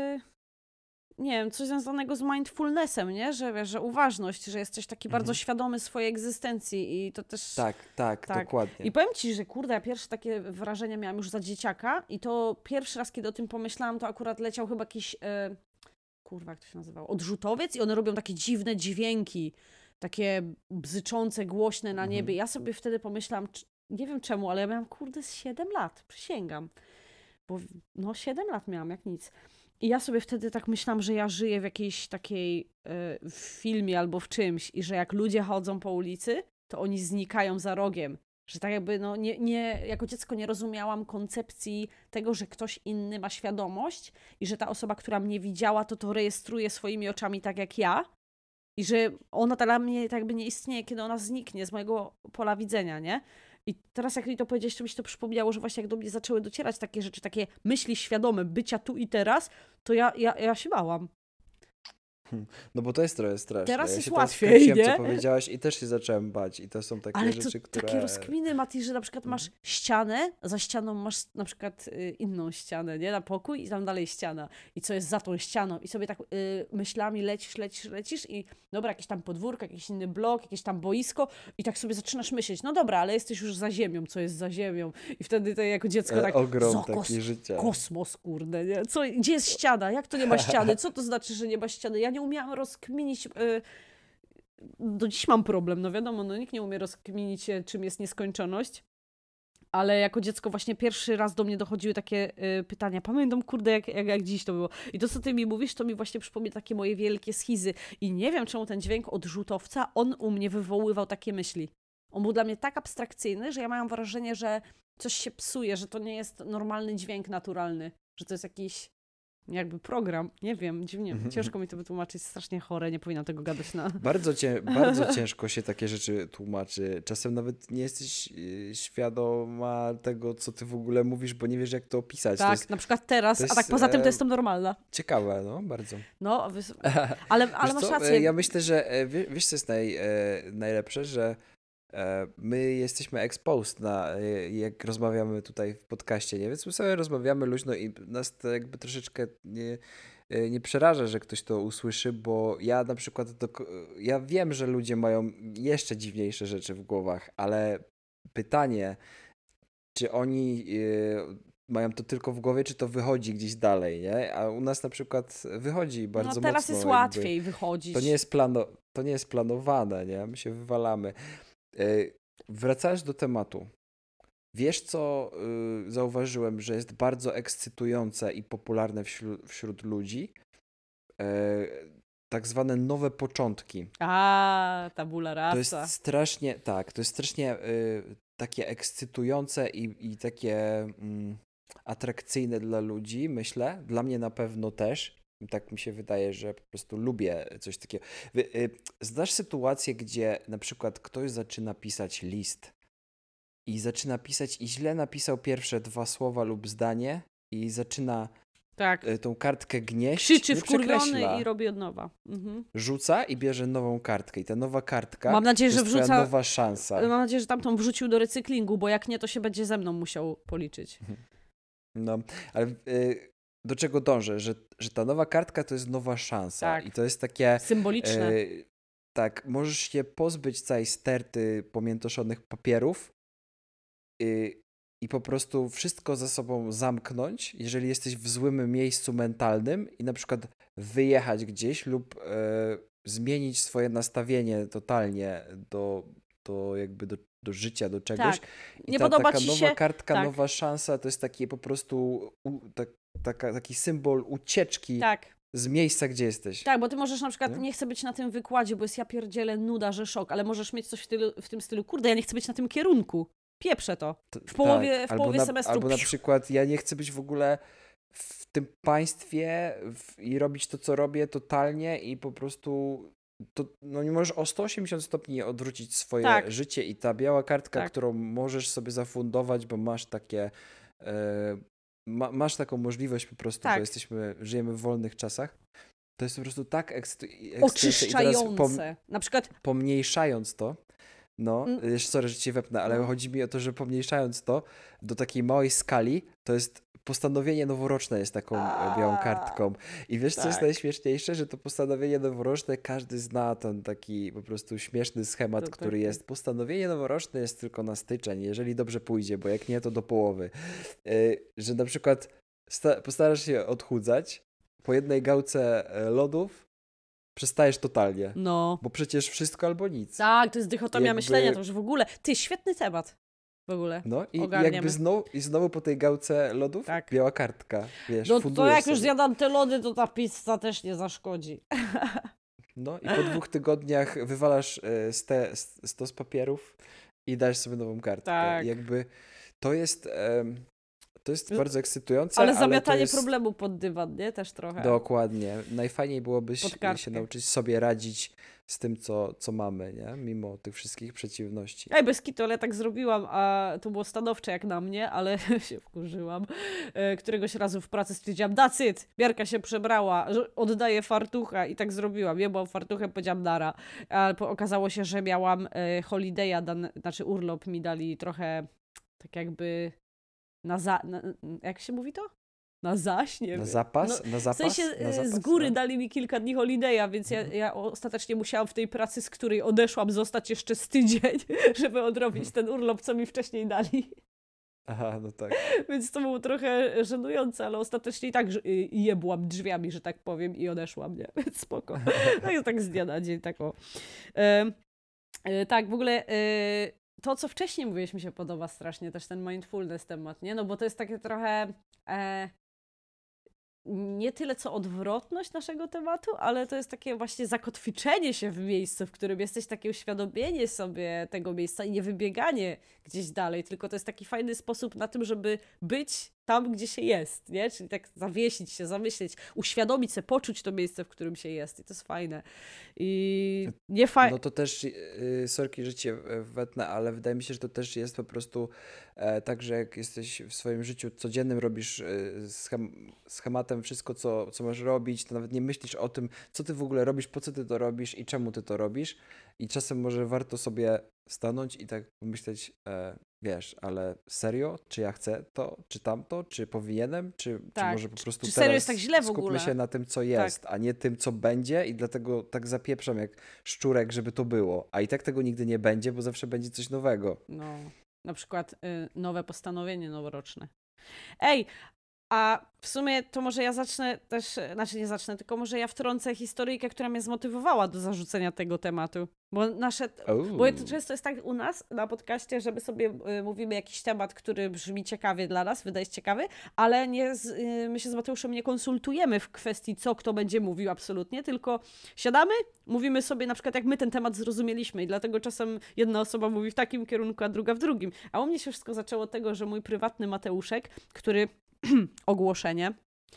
nie wiem, coś związanego z mindfulnessem, nie? Że wiesz, że uważność, że jesteś taki bardzo świadomy swojej egzystencji i to też... Tak, dokładnie. I powiem ci, że kurde, ja pierwsze takie wrażenia miałam już za dzieciaka i to pierwszy raz, kiedy o tym pomyślałam, to akurat leciał chyba jakiś, kurwa, jak to się nazywało, odrzutowiec i one robią takie dziwne dźwięki, takie bzyczące, głośne na niebie. Ja sobie wtedy pomyślałam, nie wiem czemu, ale ja miałam, kurde, z 7 lat, przysięgam. Bo no 7 lat miałam, jak nic. I ja sobie wtedy tak myślałam, że ja żyję w jakiejś takiej w filmie albo w czymś i że jak ludzie chodzą po ulicy, to oni znikają za rogiem. Że tak jakby, no jako dziecko nie rozumiałam koncepcji tego, że ktoś inny ma świadomość i że ta osoba, która mnie widziała, to rejestruje swoimi oczami tak jak ja i że ona dla mnie tak jakby nie istnieje, kiedy ona zniknie z mojego pola widzenia, nie? I teraz jak mi to powiedziałeś, to mi się to przypomniało, że właśnie jak do mnie zaczęły docierać takie rzeczy, takie myśli świadome bycia tu i teraz, to ja się bałam. No bo to jest trochę straszne. Teraz ja jest się łatwiej, skręciłem, nie? co powiedziałaś i też się zacząłem bać. I to są takie Ale rzeczy, to które... takie rozkminy, Mati, że na przykład masz ścianę, za ścianą masz na przykład inną ścianę, nie? Na pokój i tam dalej ściana. I co jest za tą ścianą? I sobie tak myślami lecisz i dobra, jakieś tam podwórko, jakiś inny blok, jakieś tam boisko i tak sobie zaczynasz myśleć, no dobra, ale jesteś już za ziemią, co jest za ziemią? I wtedy to jako dziecko tak... Ogrom taki życia. Kosmos, kurde, nie? Gdzie jest ściana? Jak to nie ma ściany? Co to znaczy, że nie ma ściany? Ja nie umiałam rozkminić. Do dziś mam problem, no wiadomo, no nikt nie umie rozkminić, czym jest nieskończoność. Ale jako dziecko właśnie pierwszy raz do mnie dochodziły takie pytania. Pamiętam, kurde, jak dziś to było. I to, co ty mi mówisz, to mi właśnie przypomina takie moje wielkie schizy. I nie wiem, czemu ten dźwięk odrzutowca, on u mnie wywoływał takie myśli. On był dla mnie tak abstrakcyjny, że ja miałam wrażenie, że coś się psuje, że to nie jest normalny dźwięk naturalny. Że to jest jakiś jakby program. Nie wiem, dziwnie. Ciężko mi to wytłumaczyć. Strasznie chore, nie powinnam tego gadać na... Bardzo ciężko się takie rzeczy tłumaczy. Czasem nawet nie jesteś świadoma tego, co ty w ogóle mówisz, bo nie wiesz, jak to opisać. Tak, To jest, na przykład teraz, to a tak jest, poza tym to jestem normalna. ciekawe, no, bardzo. No, ale Wiesz masz co? rację. Ja myślę, że wiesz, co jest najlepsze, że my jesteśmy exposed jak rozmawiamy tutaj w podcaście, nie? Więc my sobie rozmawiamy luźno i nas to jakby troszeczkę nie przeraża, że ktoś to usłyszy, bo ja na przykład, ja wiem, że ludzie mają jeszcze dziwniejsze rzeczy w głowach, ale pytanie, czy oni mają to tylko w głowie, czy to wychodzi gdzieś dalej, nie? A u nas na przykład wychodzi bardzo mocno. No teraz jest łatwiej wychodzić. To nie jest planowane, nie? My się wywalamy. Wracając do tematu. Wiesz, co zauważyłem, że jest bardzo ekscytujące i popularne wśród ludzi? Tak zwane nowe początki. Tabula rasa. To jest strasznie, to jest strasznie takie ekscytujące i takie atrakcyjne dla ludzi, myślę. Dla mnie na pewno też. Tak mi się wydaje, że po prostu lubię coś takiego. Znasz sytuację, gdzie na przykład ktoś zaczyna pisać list i zaczyna pisać i źle napisał pierwsze 2 słowa lub zdanie i zaczyna tą kartkę gnieść. Krzyczy wkurwiony i robi od nowa. Rzuca i bierze nową kartkę i ta nowa kartka mam nadzieję, to jest że twoja nowa szansa. Mam nadzieję, że tamtą wrzucił do recyklingu, bo jak nie, to się będzie ze mną musiał policzyć. No, ale do czego dążę? Że ta nowa kartka to jest nowa szansa. Tak. I to jest takie... Symboliczne. Tak, możesz się pozbyć całej sterty pomiętoszonych papierów i po prostu wszystko ze sobą zamknąć, jeżeli jesteś w złym miejscu mentalnym i na przykład wyjechać gdzieś lub zmienić swoje nastawienie totalnie do życia, do czegoś. Tak. Nie podoba taka ci nowa się... kartka, nowa szansa, to jest taki po prostu taki symbol ucieczki z miejsca, gdzie jesteś. Tak, bo ty możesz na przykład, nie chcę być na tym wykładzie, bo jest ja pierdzielę, nuda, że szok, ale możesz mieć coś w tym stylu, kurde, ja nie chcę być na tym kierunku. Pieprzę to. W połowie semestru. Albo na przykład ja nie chcę być w ogóle w tym państwie i robić to, co robię totalnie i po prostu nie możesz o 180 stopni odwrócić swoje Tak. życie i ta biała kartka, Tak. którą możesz sobie zafundować, bo masz takie masz taką możliwość po prostu, Tak. bo żyjemy w wolnych czasach. To jest po prostu tak ekscytujące. I teraz Oczyszczające. Na przykład pomniejszając to, sorry, że cię wepnę, ale chodzi mi o to, że pomniejszając to do takiej małej skali, to jest postanowienie noworoczne jest taką białą kartką. I wiesz, co jest najśmieszniejsze? Że to postanowienie noworoczne każdy zna ten taki po prostu śmieszny schemat, który jest. Postanowienie noworoczne jest tylko na styczeń, jeżeli dobrze pójdzie, bo jak nie, to do połowy. Że na przykład postarasz się odchudzać, po jednej gałce lodów przestajesz totalnie. No. Bo przecież wszystko albo nic. Tak, to jest dychotomia myślenia, to już w ogóle. Ty, świetny temat. W ogóle. No i jakby znowu po tej gałce lodów biała kartka, wiesz, no to jak sobie. już zjadam te lody, to ta pizza też nie zaszkodzi. No i po 2 tygodniach wywalasz stos papierów i dajesz sobie nową kartkę. Tak. I jakby to jest bardzo ekscytujące. Ale zamiatanie problemu pod dywan, nie? Też trochę. Dokładnie. Najfajniej byłoby się nauczyć sobie radzić z tym, co mamy, nie? Mimo tych wszystkich przeciwności. Bez kitu, ale tak zrobiłam, a to było stanowcze jak na mnie, ale się wkurzyłam. Któregoś razu w pracy stwierdziłam, that's it, Miarka się przebrała, oddaję fartucha i tak zrobiłam. Ja byłam fartuchem, powiedziałam nara. Ale okazało się, że miałam holiday'a, znaczy urlop mi dali trochę tak jakby jak się mówi to? Na zaś? Nie wiem. Na zapas? Na zapas? W sensie z góry dali mi kilka dni holiday'a, więc ja ostatecznie musiałam w tej pracy, z której odeszłam, zostać jeszcze z tydzień, żeby odrobić ten urlop, co mi wcześniej dali. Aha, no tak. Więc to było trochę żenujące, ale ostatecznie i tak jebłam drzwiami, że tak powiem, i odeszłam, nie? Więc spoko. No i tak z dnia na dzień, tak o. Tak, w ogóle to, co wcześniej mówiłeś, mi się podoba strasznie, też ten mindfulness temat, nie? No bo to jest takie trochę nie tyle co odwrotność naszego tematu, ale to jest takie właśnie zakotwiczenie się w miejscu, w którym jesteś, takie uświadomienie sobie tego miejsca i nie wybieganie gdzieś dalej, tylko to jest taki fajny sposób na tym, żeby być tam, gdzie się jest, nie? Czyli tak zawiesić się, zamyśleć, uświadomić sobie, poczuć to miejsce, w którym się jest i to jest fajne. I nie No to też, sorki, że cię wetnę, ale wydaje mi się, że to też jest po prostu tak, że jak jesteś w swoim życiu codziennym, robisz schematem wszystko, co masz robić, to nawet nie myślisz o tym, co ty w ogóle robisz, po co ty to robisz i czemu ty to robisz. I czasem może warto sobie stanąć i tak pomyśleć, wiesz, ale serio? Czy ja chcę to, czy tamto, czy powinienem, czy może po prostu czy teraz serio jest tak źle w skupmy ogóle? się na tym, co jest, a nie tym, co będzie i dlatego tak zapieprzam jak szczurek, żeby to było. A i tak tego nigdy nie będzie, bo zawsze będzie coś nowego. No, na przykład nowe postanowienie noworoczne. Ej, a w sumie to może ja zacznę też, znaczy nie zacznę, tylko może ja wtrącę historyjkę, która mnie zmotywowała do zarzucenia tego tematu. Bo to często jest tak u nas na podcaście, że my sobie mówimy jakiś temat, który brzmi ciekawie dla nas, wydaje się ciekawy, ale my się z Mateuszem nie konsultujemy w kwestii, co kto będzie mówił absolutnie, tylko siadamy, mówimy sobie na przykład, jak my ten temat zrozumieliśmy i dlatego czasem jedna osoba mówi w takim kierunku, a druga w drugim. A u mnie się wszystko zaczęło od tego, że mój prywatny Mateuszek, który ogłoszenie.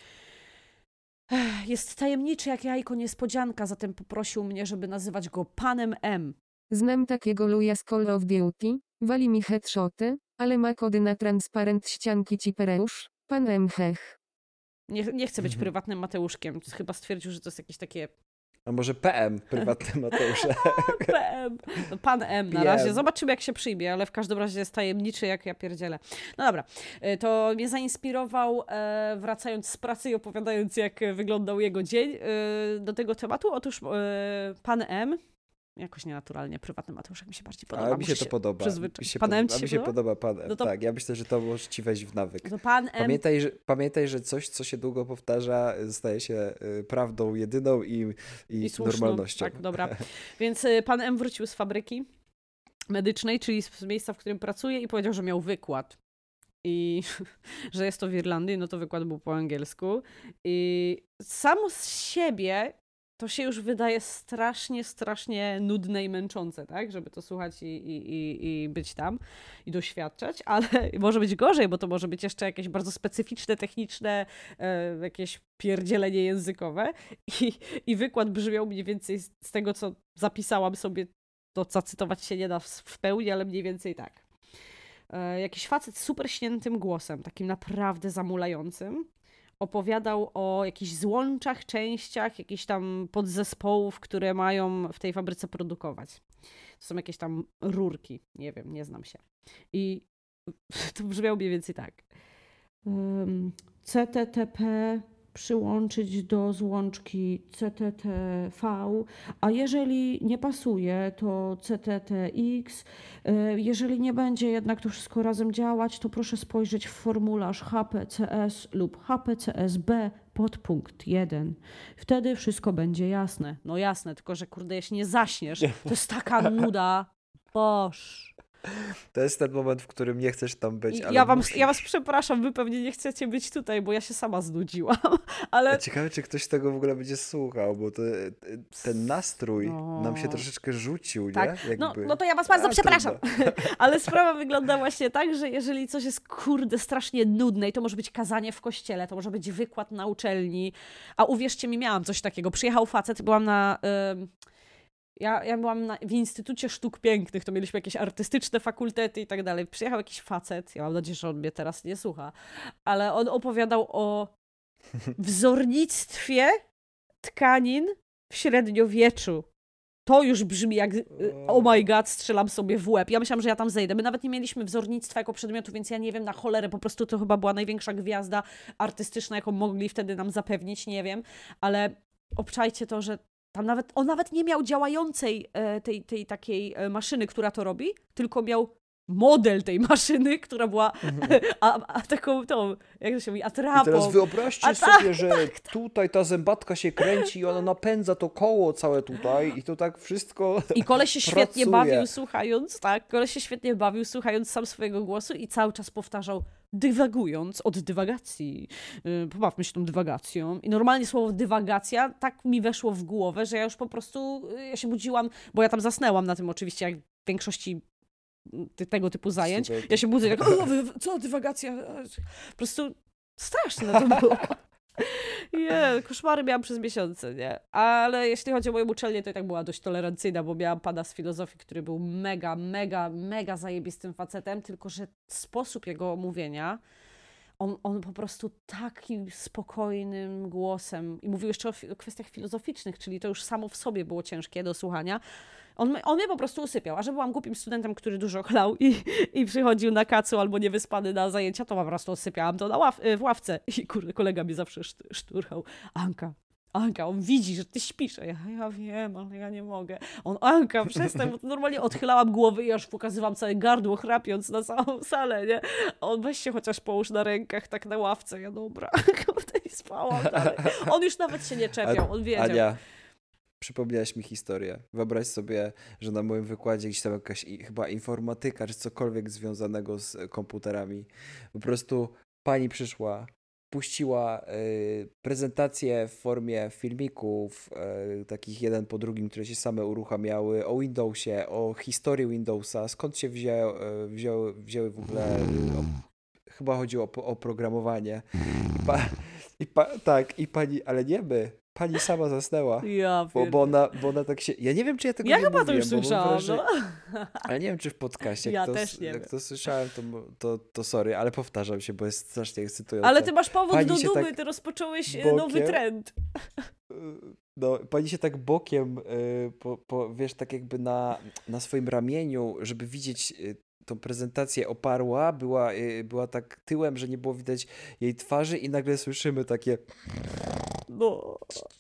Jest tajemniczy jak jajko niespodzianka, zatem poprosił mnie, żeby nazywać go Panem M. Znam takiego luja z Call of Duty, wali mi headshoty, ale ma kody na transparent ścianki cipereusz, Pan M hech. Nie chcę być prywatnym Mateuszkiem. Chyba stwierdził, że to jest jakieś takie... A może PM, prywatny Mateusze. PM. No, Pan M na razie. Zobaczymy, jak się przyjmie, ale w każdym razie jest tajemniczy, jak ja pierdzielę. No dobra. To mnie zainspirował, wracając z pracy i opowiadając, jak wyglądał jego dzień do tego tematu. Otóż Pan M, jakoś nienaturalnie, prywatny Mateuszek mi się bardziej podoba. Ale mi się to podoba. Mi się podoba Pan M. No to... Tak, ja myślę, że to możesz ci wejść w nawyk. To Pan M... Pamiętaj, że coś, co się długo powtarza, staje się prawdą jedyną i słuszną. Normalnością. Tak, dobra. Więc Pan M wrócił z fabryki medycznej, czyli z miejsca, w którym pracuje i powiedział, że miał wykład. I że jest to w Irlandii, no to wykład był po angielsku. I sam z siebie to się już wydaje strasznie, strasznie nudne i męczące, tak? Żeby to słuchać i być tam i doświadczać, ale może być gorzej, bo to może być jeszcze jakieś bardzo specyficzne, techniczne, jakieś pierdzielenie językowe i wykład brzmiał mniej więcej z tego, co zapisałam sobie, to zacytować się nie da w pełni, ale mniej więcej tak. Jakiś facet z super śniętym głosem, takim naprawdę zamulającym, opowiadał o jakichś złączach, częściach, jakichś tam podzespołów, które mają w tej fabryce produkować. To są jakieś tam rurki, nie wiem, nie znam się. I to brzmiało mniej więcej tak. CTTP przyłączyć do złączki CTTV, a jeżeli nie pasuje, to CTTX. Jeżeli nie będzie jednak to wszystko razem działać, to proszę spojrzeć w formularz HPCS lub HPCSB podpunkt 1. Wtedy wszystko będzie jasne. No jasne, tylko że kurde, jeśli nie zaśniesz, to jest taka nuda. Boż. To jest ten moment, w którym nie chcesz tam być, ale Ja was przepraszam, wy pewnie nie chcecie być tutaj, bo ja się sama znudziłam, ale... Ciekawe, czy ktoś tego w ogóle będzie słuchał, bo ten nastrój nam się troszeczkę rzucił, tak. nie? Jakby... No to ja was bardzo przepraszam. Ale sprawa wygląda właśnie tak, że jeżeli coś jest kurde strasznie nudne i to może być kazanie w kościele, to może być wykład na uczelni, a uwierzcie mi, miałam coś takiego. Przyjechał facet, byłam na... Ja byłam w Instytucie Sztuk Pięknych, to mieliśmy jakieś artystyczne fakultety i tak dalej. Przyjechał jakiś facet, ja mam nadzieję, że on mnie teraz nie słucha, ale on opowiadał o wzornictwie tkanin w średniowieczu. To już brzmi jak oh my god, strzelam sobie w łeb. Ja myślałam, że ja tam zejdę. My nawet nie mieliśmy wzornictwa jako przedmiotu, więc ja nie wiem, na cholerę, po prostu to chyba była największa gwiazda artystyczna, jaką mogli wtedy nam zapewnić, nie wiem, ale obczajcie to, że tam on nawet nie miał działającej tej takiej maszyny, która to robi, tylko miał model tej maszyny, która była taką tą, jak to się mówi, atrapą. I teraz wyobraźcie sobie, że tutaj ta zębatka się kręci i ona napędza to koło całe tutaj i to tak wszystko I koleś się świetnie pracuje. Koleś się świetnie bawił, słuchając sam swojego głosu i cały czas powtarzał, dywagując od dywagacji. Pobawmy się tą dywagacją. I normalnie słowo dywagacja tak mi weszło w głowę, że ja już po prostu, ja się budziłam, bo ja tam zasnęłam na tym oczywiście, jak w większości tego typu zajęć. Ja się budzę i tak, co dywagacja? Po prostu straszne to było. Nie, koszmary miałam przez miesiące, nie? Ale jeśli chodzi o moją uczelnię, to i tak była dość tolerancyjna, bo miałam pana z filozofii, który był mega, mega, mega zajebistym facetem, tylko że sposób jego mówienia, on po prostu takim spokojnym głosem i mówił jeszcze o kwestiach filozoficznych, czyli to już samo w sobie było ciężkie do słuchania. On mnie po prostu usypiał, a że byłam głupim studentem, który dużo chlał i przychodził na kacu albo niewyspany na zajęcia, to po prostu usypiałam to w ławce. I kurde, kolega mnie zawsze szturchał. Anka, on widzi, że ty śpisz. Ja wiem, ale ja nie mogę. Anka, przestań, bo to normalnie odchylałam głowę i aż pokazywałam całe gardło, chrapiąc na całą salę, nie? A on weź się chociaż połóż na rękach, tak na ławce. Ja dobra, kurde, i spałam dalej. On już nawet się nie czepiał, on wiedział. Ania, przypomniałaś mi historię. Wyobraź sobie, że na moim wykładzie gdzieś tam jakaś chyba informatyka, czy cokolwiek związanego z komputerami. Po prostu pani przyszła, puściła prezentację w formie filmików, takich jeden po drugim, które się same uruchamiały, o Windowsie, o historii Windowsa, skąd się wzięły w ogóle, chyba chodziło o oprogramowanie. I pani, ale nie my. Pani sama zasnęła. Bo ona tak się... Ja nie wiem, czy ja tego nie chyba mówiłem, to już słyszałam, ale nie wiem, czy w podcaście. Jak to słyszałem, to sorry, ale powtarzam się, bo jest strasznie ekscytujące. Ale ty masz powód pani do dumy, tak ty rozpocząłeś bokiem, nowy trend. No, pani się tak bokiem, wiesz, tak jakby na swoim ramieniu, żeby widzieć tą prezentację, oparła, była tak tyłem, że nie było widać jej twarzy i nagle słyszymy takie... No.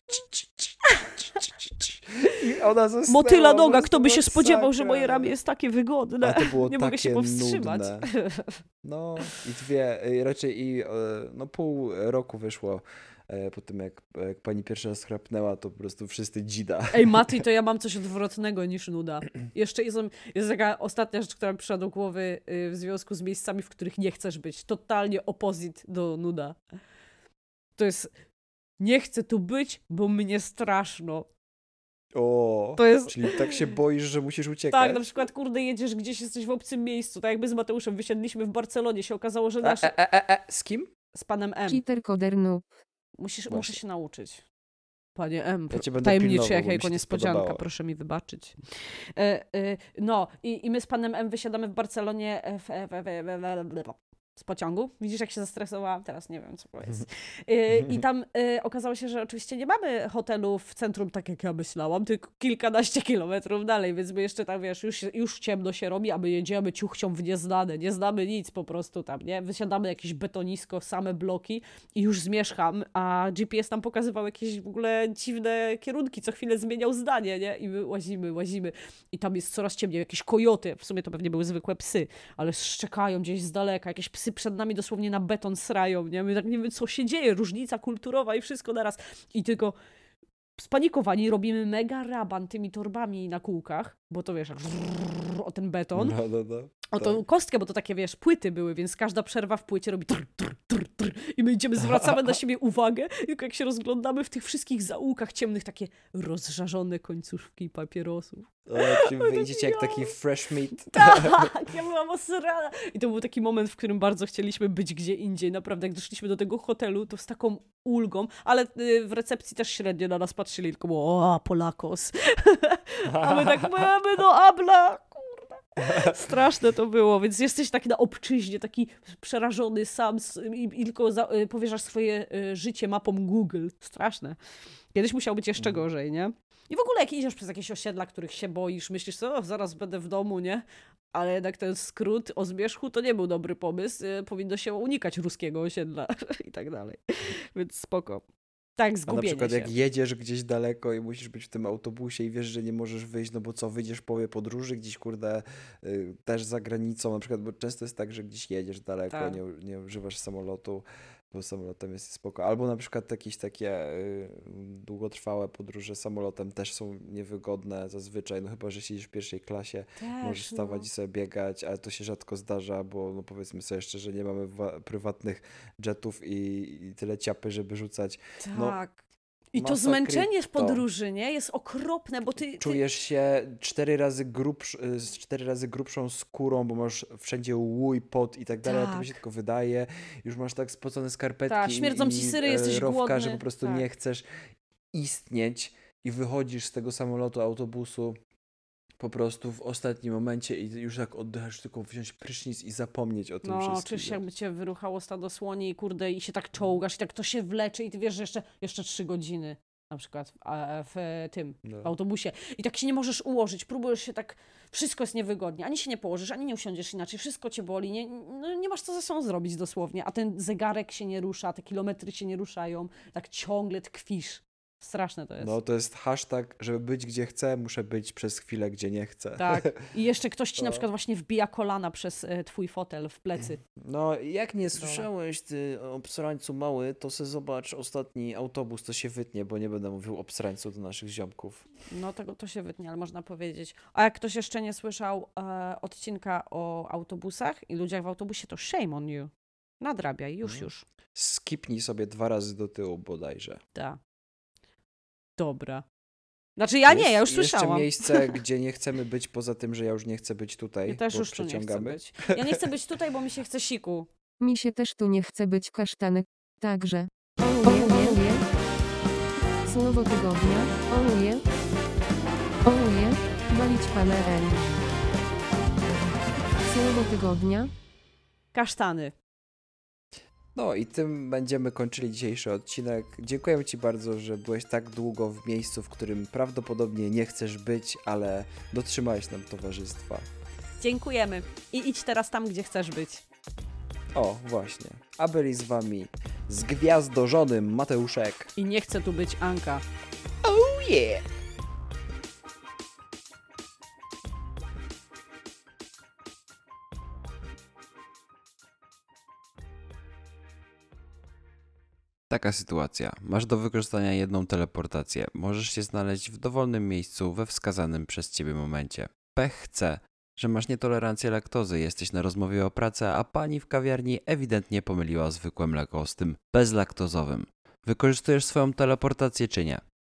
I ona zasnęła. Motyla noga, kto by się spodziewał, że moje ramię jest takie wygodne. A to było nie mogę się powstrzymać. Nudne. No i raczej pół roku wyszło po tym, jak pani pierwszy raz chrapnęła, to po prostu wszyscy dzida. Ej, Mati, to ja mam coś odwrotnego niż nuda. Jeszcze jest taka ostatnia rzecz, która mi przyszła do głowy w związku z miejscami, w których nie chcesz być. Totalnie opposite do nuda. To jest Nie chcę tu być, bo mnie straszno. O, To jest... czyli tak się boisz, że musisz uciekać? Tak, na przykład, kurde, jedziesz gdzieś, jesteś w obcym miejscu, tak jakby z Mateuszem wysiedliśmy w Barcelonie, się okazało, że nasz... Z kim? Z panem M. Cheater, koder, noob. Muszę Właśnie. się nauczyć. Panie M, Ja cię będę tajemniczy pilnował, jak bo mi jego się to niespodzianka, spodobało. proszę mi wybaczyć. No, i my z panem M wysiadamy w Barcelonie z pociągu. Widzisz, jak się zestresowałam? Teraz nie wiem, co to jest. I tam okazało się, że oczywiście nie mamy hotelu w centrum, tak jak ja myślałam, tylko kilkanaście kilometrów dalej, więc my jeszcze tam, wiesz, już ciemno się robi, a my jedziemy ciuchcią w nieznane, nie znamy nic po prostu tam, nie? Wysiadamy jakieś betonisko, same bloki i już zmierzcham, a GPS nam pokazywał jakieś w ogóle dziwne kierunki, co chwilę zmieniał zdanie, nie? I my łazimy i tam jest coraz ciemniej, jakieś kojoty, w sumie to pewnie były zwykłe psy, ale szczekają gdzieś z daleka, jakieś psy przed nami dosłownie na beton srają, nie? My tak nie wiemy, co się dzieje, różnica kulturowa i wszystko naraz. I tylko spanikowani robimy mega raban tymi torbami na kółkach, bo to wiesz, jak o ten beton, No. o tą kostkę, bo to takie, wiesz, płyty były, więc każda przerwa w płycie robi i my idziemy, zwracamy na siebie uwagę, tylko jak się rozglądamy w tych wszystkich zaułkach ciemnych, takie rozżarzone końcówki papierosów. Czy wyjdziecie jak taki fresh meat? Tak, ja byłam osrana. I to był taki moment, w którym bardzo chcieliśmy być gdzie indziej. Naprawdę, jak doszliśmy do tego hotelu, to z taką ulgą, ale w recepcji też średnio na nas patrzyli, tylko było, o, Polakos. A my tak, my no habla, kurde. Straszne to było, więc jesteś taki na obczyźnie, taki przerażony sam i tylko powierzasz swoje życie mapom Google. Straszne. Kiedyś musiało być jeszcze gorzej, nie? I w ogóle jak idziesz przez jakieś osiedla, których się boisz, myślisz, o, zaraz będę w domu, nie? Ale jednak ten skrót o zmierzchu to nie był dobry pomysł. Powinno się unikać ruskiego osiedla i tak dalej. Więc spoko. Tak, A zgubienie na przykład się. jak jedziesz gdzieś daleko i musisz być w tym autobusie i wiesz, że nie możesz wyjść, no bo co, wyjdziesz w połowie podróży gdzieś, kurde, też za granicą, na przykład, bo często jest tak, że gdzieś jedziesz daleko, Tak. nie używasz samolotu, bo samolotem jest spoko. Albo na przykład jakieś takie długotrwałe podróże samolotem też są niewygodne zazwyczaj, no chyba, że siedzisz w pierwszej klasie, możesz Też, wstawać no. i sobie biegać, ale to się rzadko zdarza, bo no powiedzmy sobie szczerze, nie mamy prywatnych jetów i tyle ciapy, żeby rzucać. No, Tak. I to masakry zmęczenie w to. podróży, nie? Jest okropne, bo ty... Czujesz się 4 razy grubszą skórą, bo masz wszędzie łój, pot i tak dalej, a to mi się Tak. tylko wydaje. Już masz tak spocone skarpetki Tak, śmierdzą ci syry, jesteś rowka, głodny. że po prostu Tak. nie chcesz istnieć i wychodzisz z tego samolotu, autobusu po prostu w ostatnim momencie i już tak oddychasz, tylko wziąć prysznic i zapomnieć o tym No, wszystkim. czujesz się, jakby cię wyruchało stado słoni i kurde, i się tak czołgasz i tak to się wlecze i ty wiesz, że jeszcze 3 godziny na przykład w tym, No. w autobusie. I tak się nie możesz ułożyć, próbujesz się tak, wszystko jest niewygodnie, ani się nie położysz, ani nie usiądziesz inaczej, wszystko cię boli, nie masz co ze sobą zrobić dosłownie, a ten zegarek się nie rusza, te kilometry się nie ruszają, tak ciągle tkwisz. Straszne to jest. No to jest hashtag, żeby być gdzie chcę, muszę być przez chwilę gdzie nie chcę. Tak. I jeszcze ktoś ci na No. przykład właśnie wbija kolana przez twój fotel w plecy. No, jak nie słyszałeś, ty obsrańcu mały, to se zobacz ostatni autobus, to się wytnie, bo nie będę mówił obsrańcu do naszych ziomków. No to się wytnie, ale można powiedzieć. A jak ktoś jeszcze nie słyszał odcinka o autobusach i ludziach w autobusie, to shame on you. Nadrabiaj, już. Skipnij sobie 2 razy do tyłu bodajże. Da. Dobra. Znaczy ja nie, ja już Jeszcze słyszałam. miejsce, gdzie nie chcemy być, poza tym, że ja już nie chcę być tutaj, Ja też bo już tu nie chcę przeciągamy. być. Ja nie chcę być tutaj, bo mi się chce siku. Mi się też tu nie chce być kasztanek. Także. Ouje. Słowo tygodnia. Ouje. Walić pana L. Słowo tygodnia. Kasztany. No i tym będziemy kończyli dzisiejszy odcinek. Dziękuję Ci bardzo, że byłeś tak długo w miejscu, w którym prawdopodobnie nie chcesz być, ale dotrzymałeś nam towarzystwa. Dziękujemy. I idź teraz tam, gdzie chcesz być. O, właśnie. A byli z Wami zgwiazdożonym Mateuszek. I nie chcę tu być Anka. Oh yeah! Taka sytuacja. Masz do wykorzystania jedną teleportację. Możesz się znaleźć w dowolnym miejscu we wskazanym przez Ciebie momencie. Pech chce, że masz nietolerancję laktozy, jesteś na rozmowie o pracę, a pani w kawiarni ewidentnie pomyliła zwykłe mleko z tym bezlaktozowym. Wykorzystujesz swoją teleportację czy nie?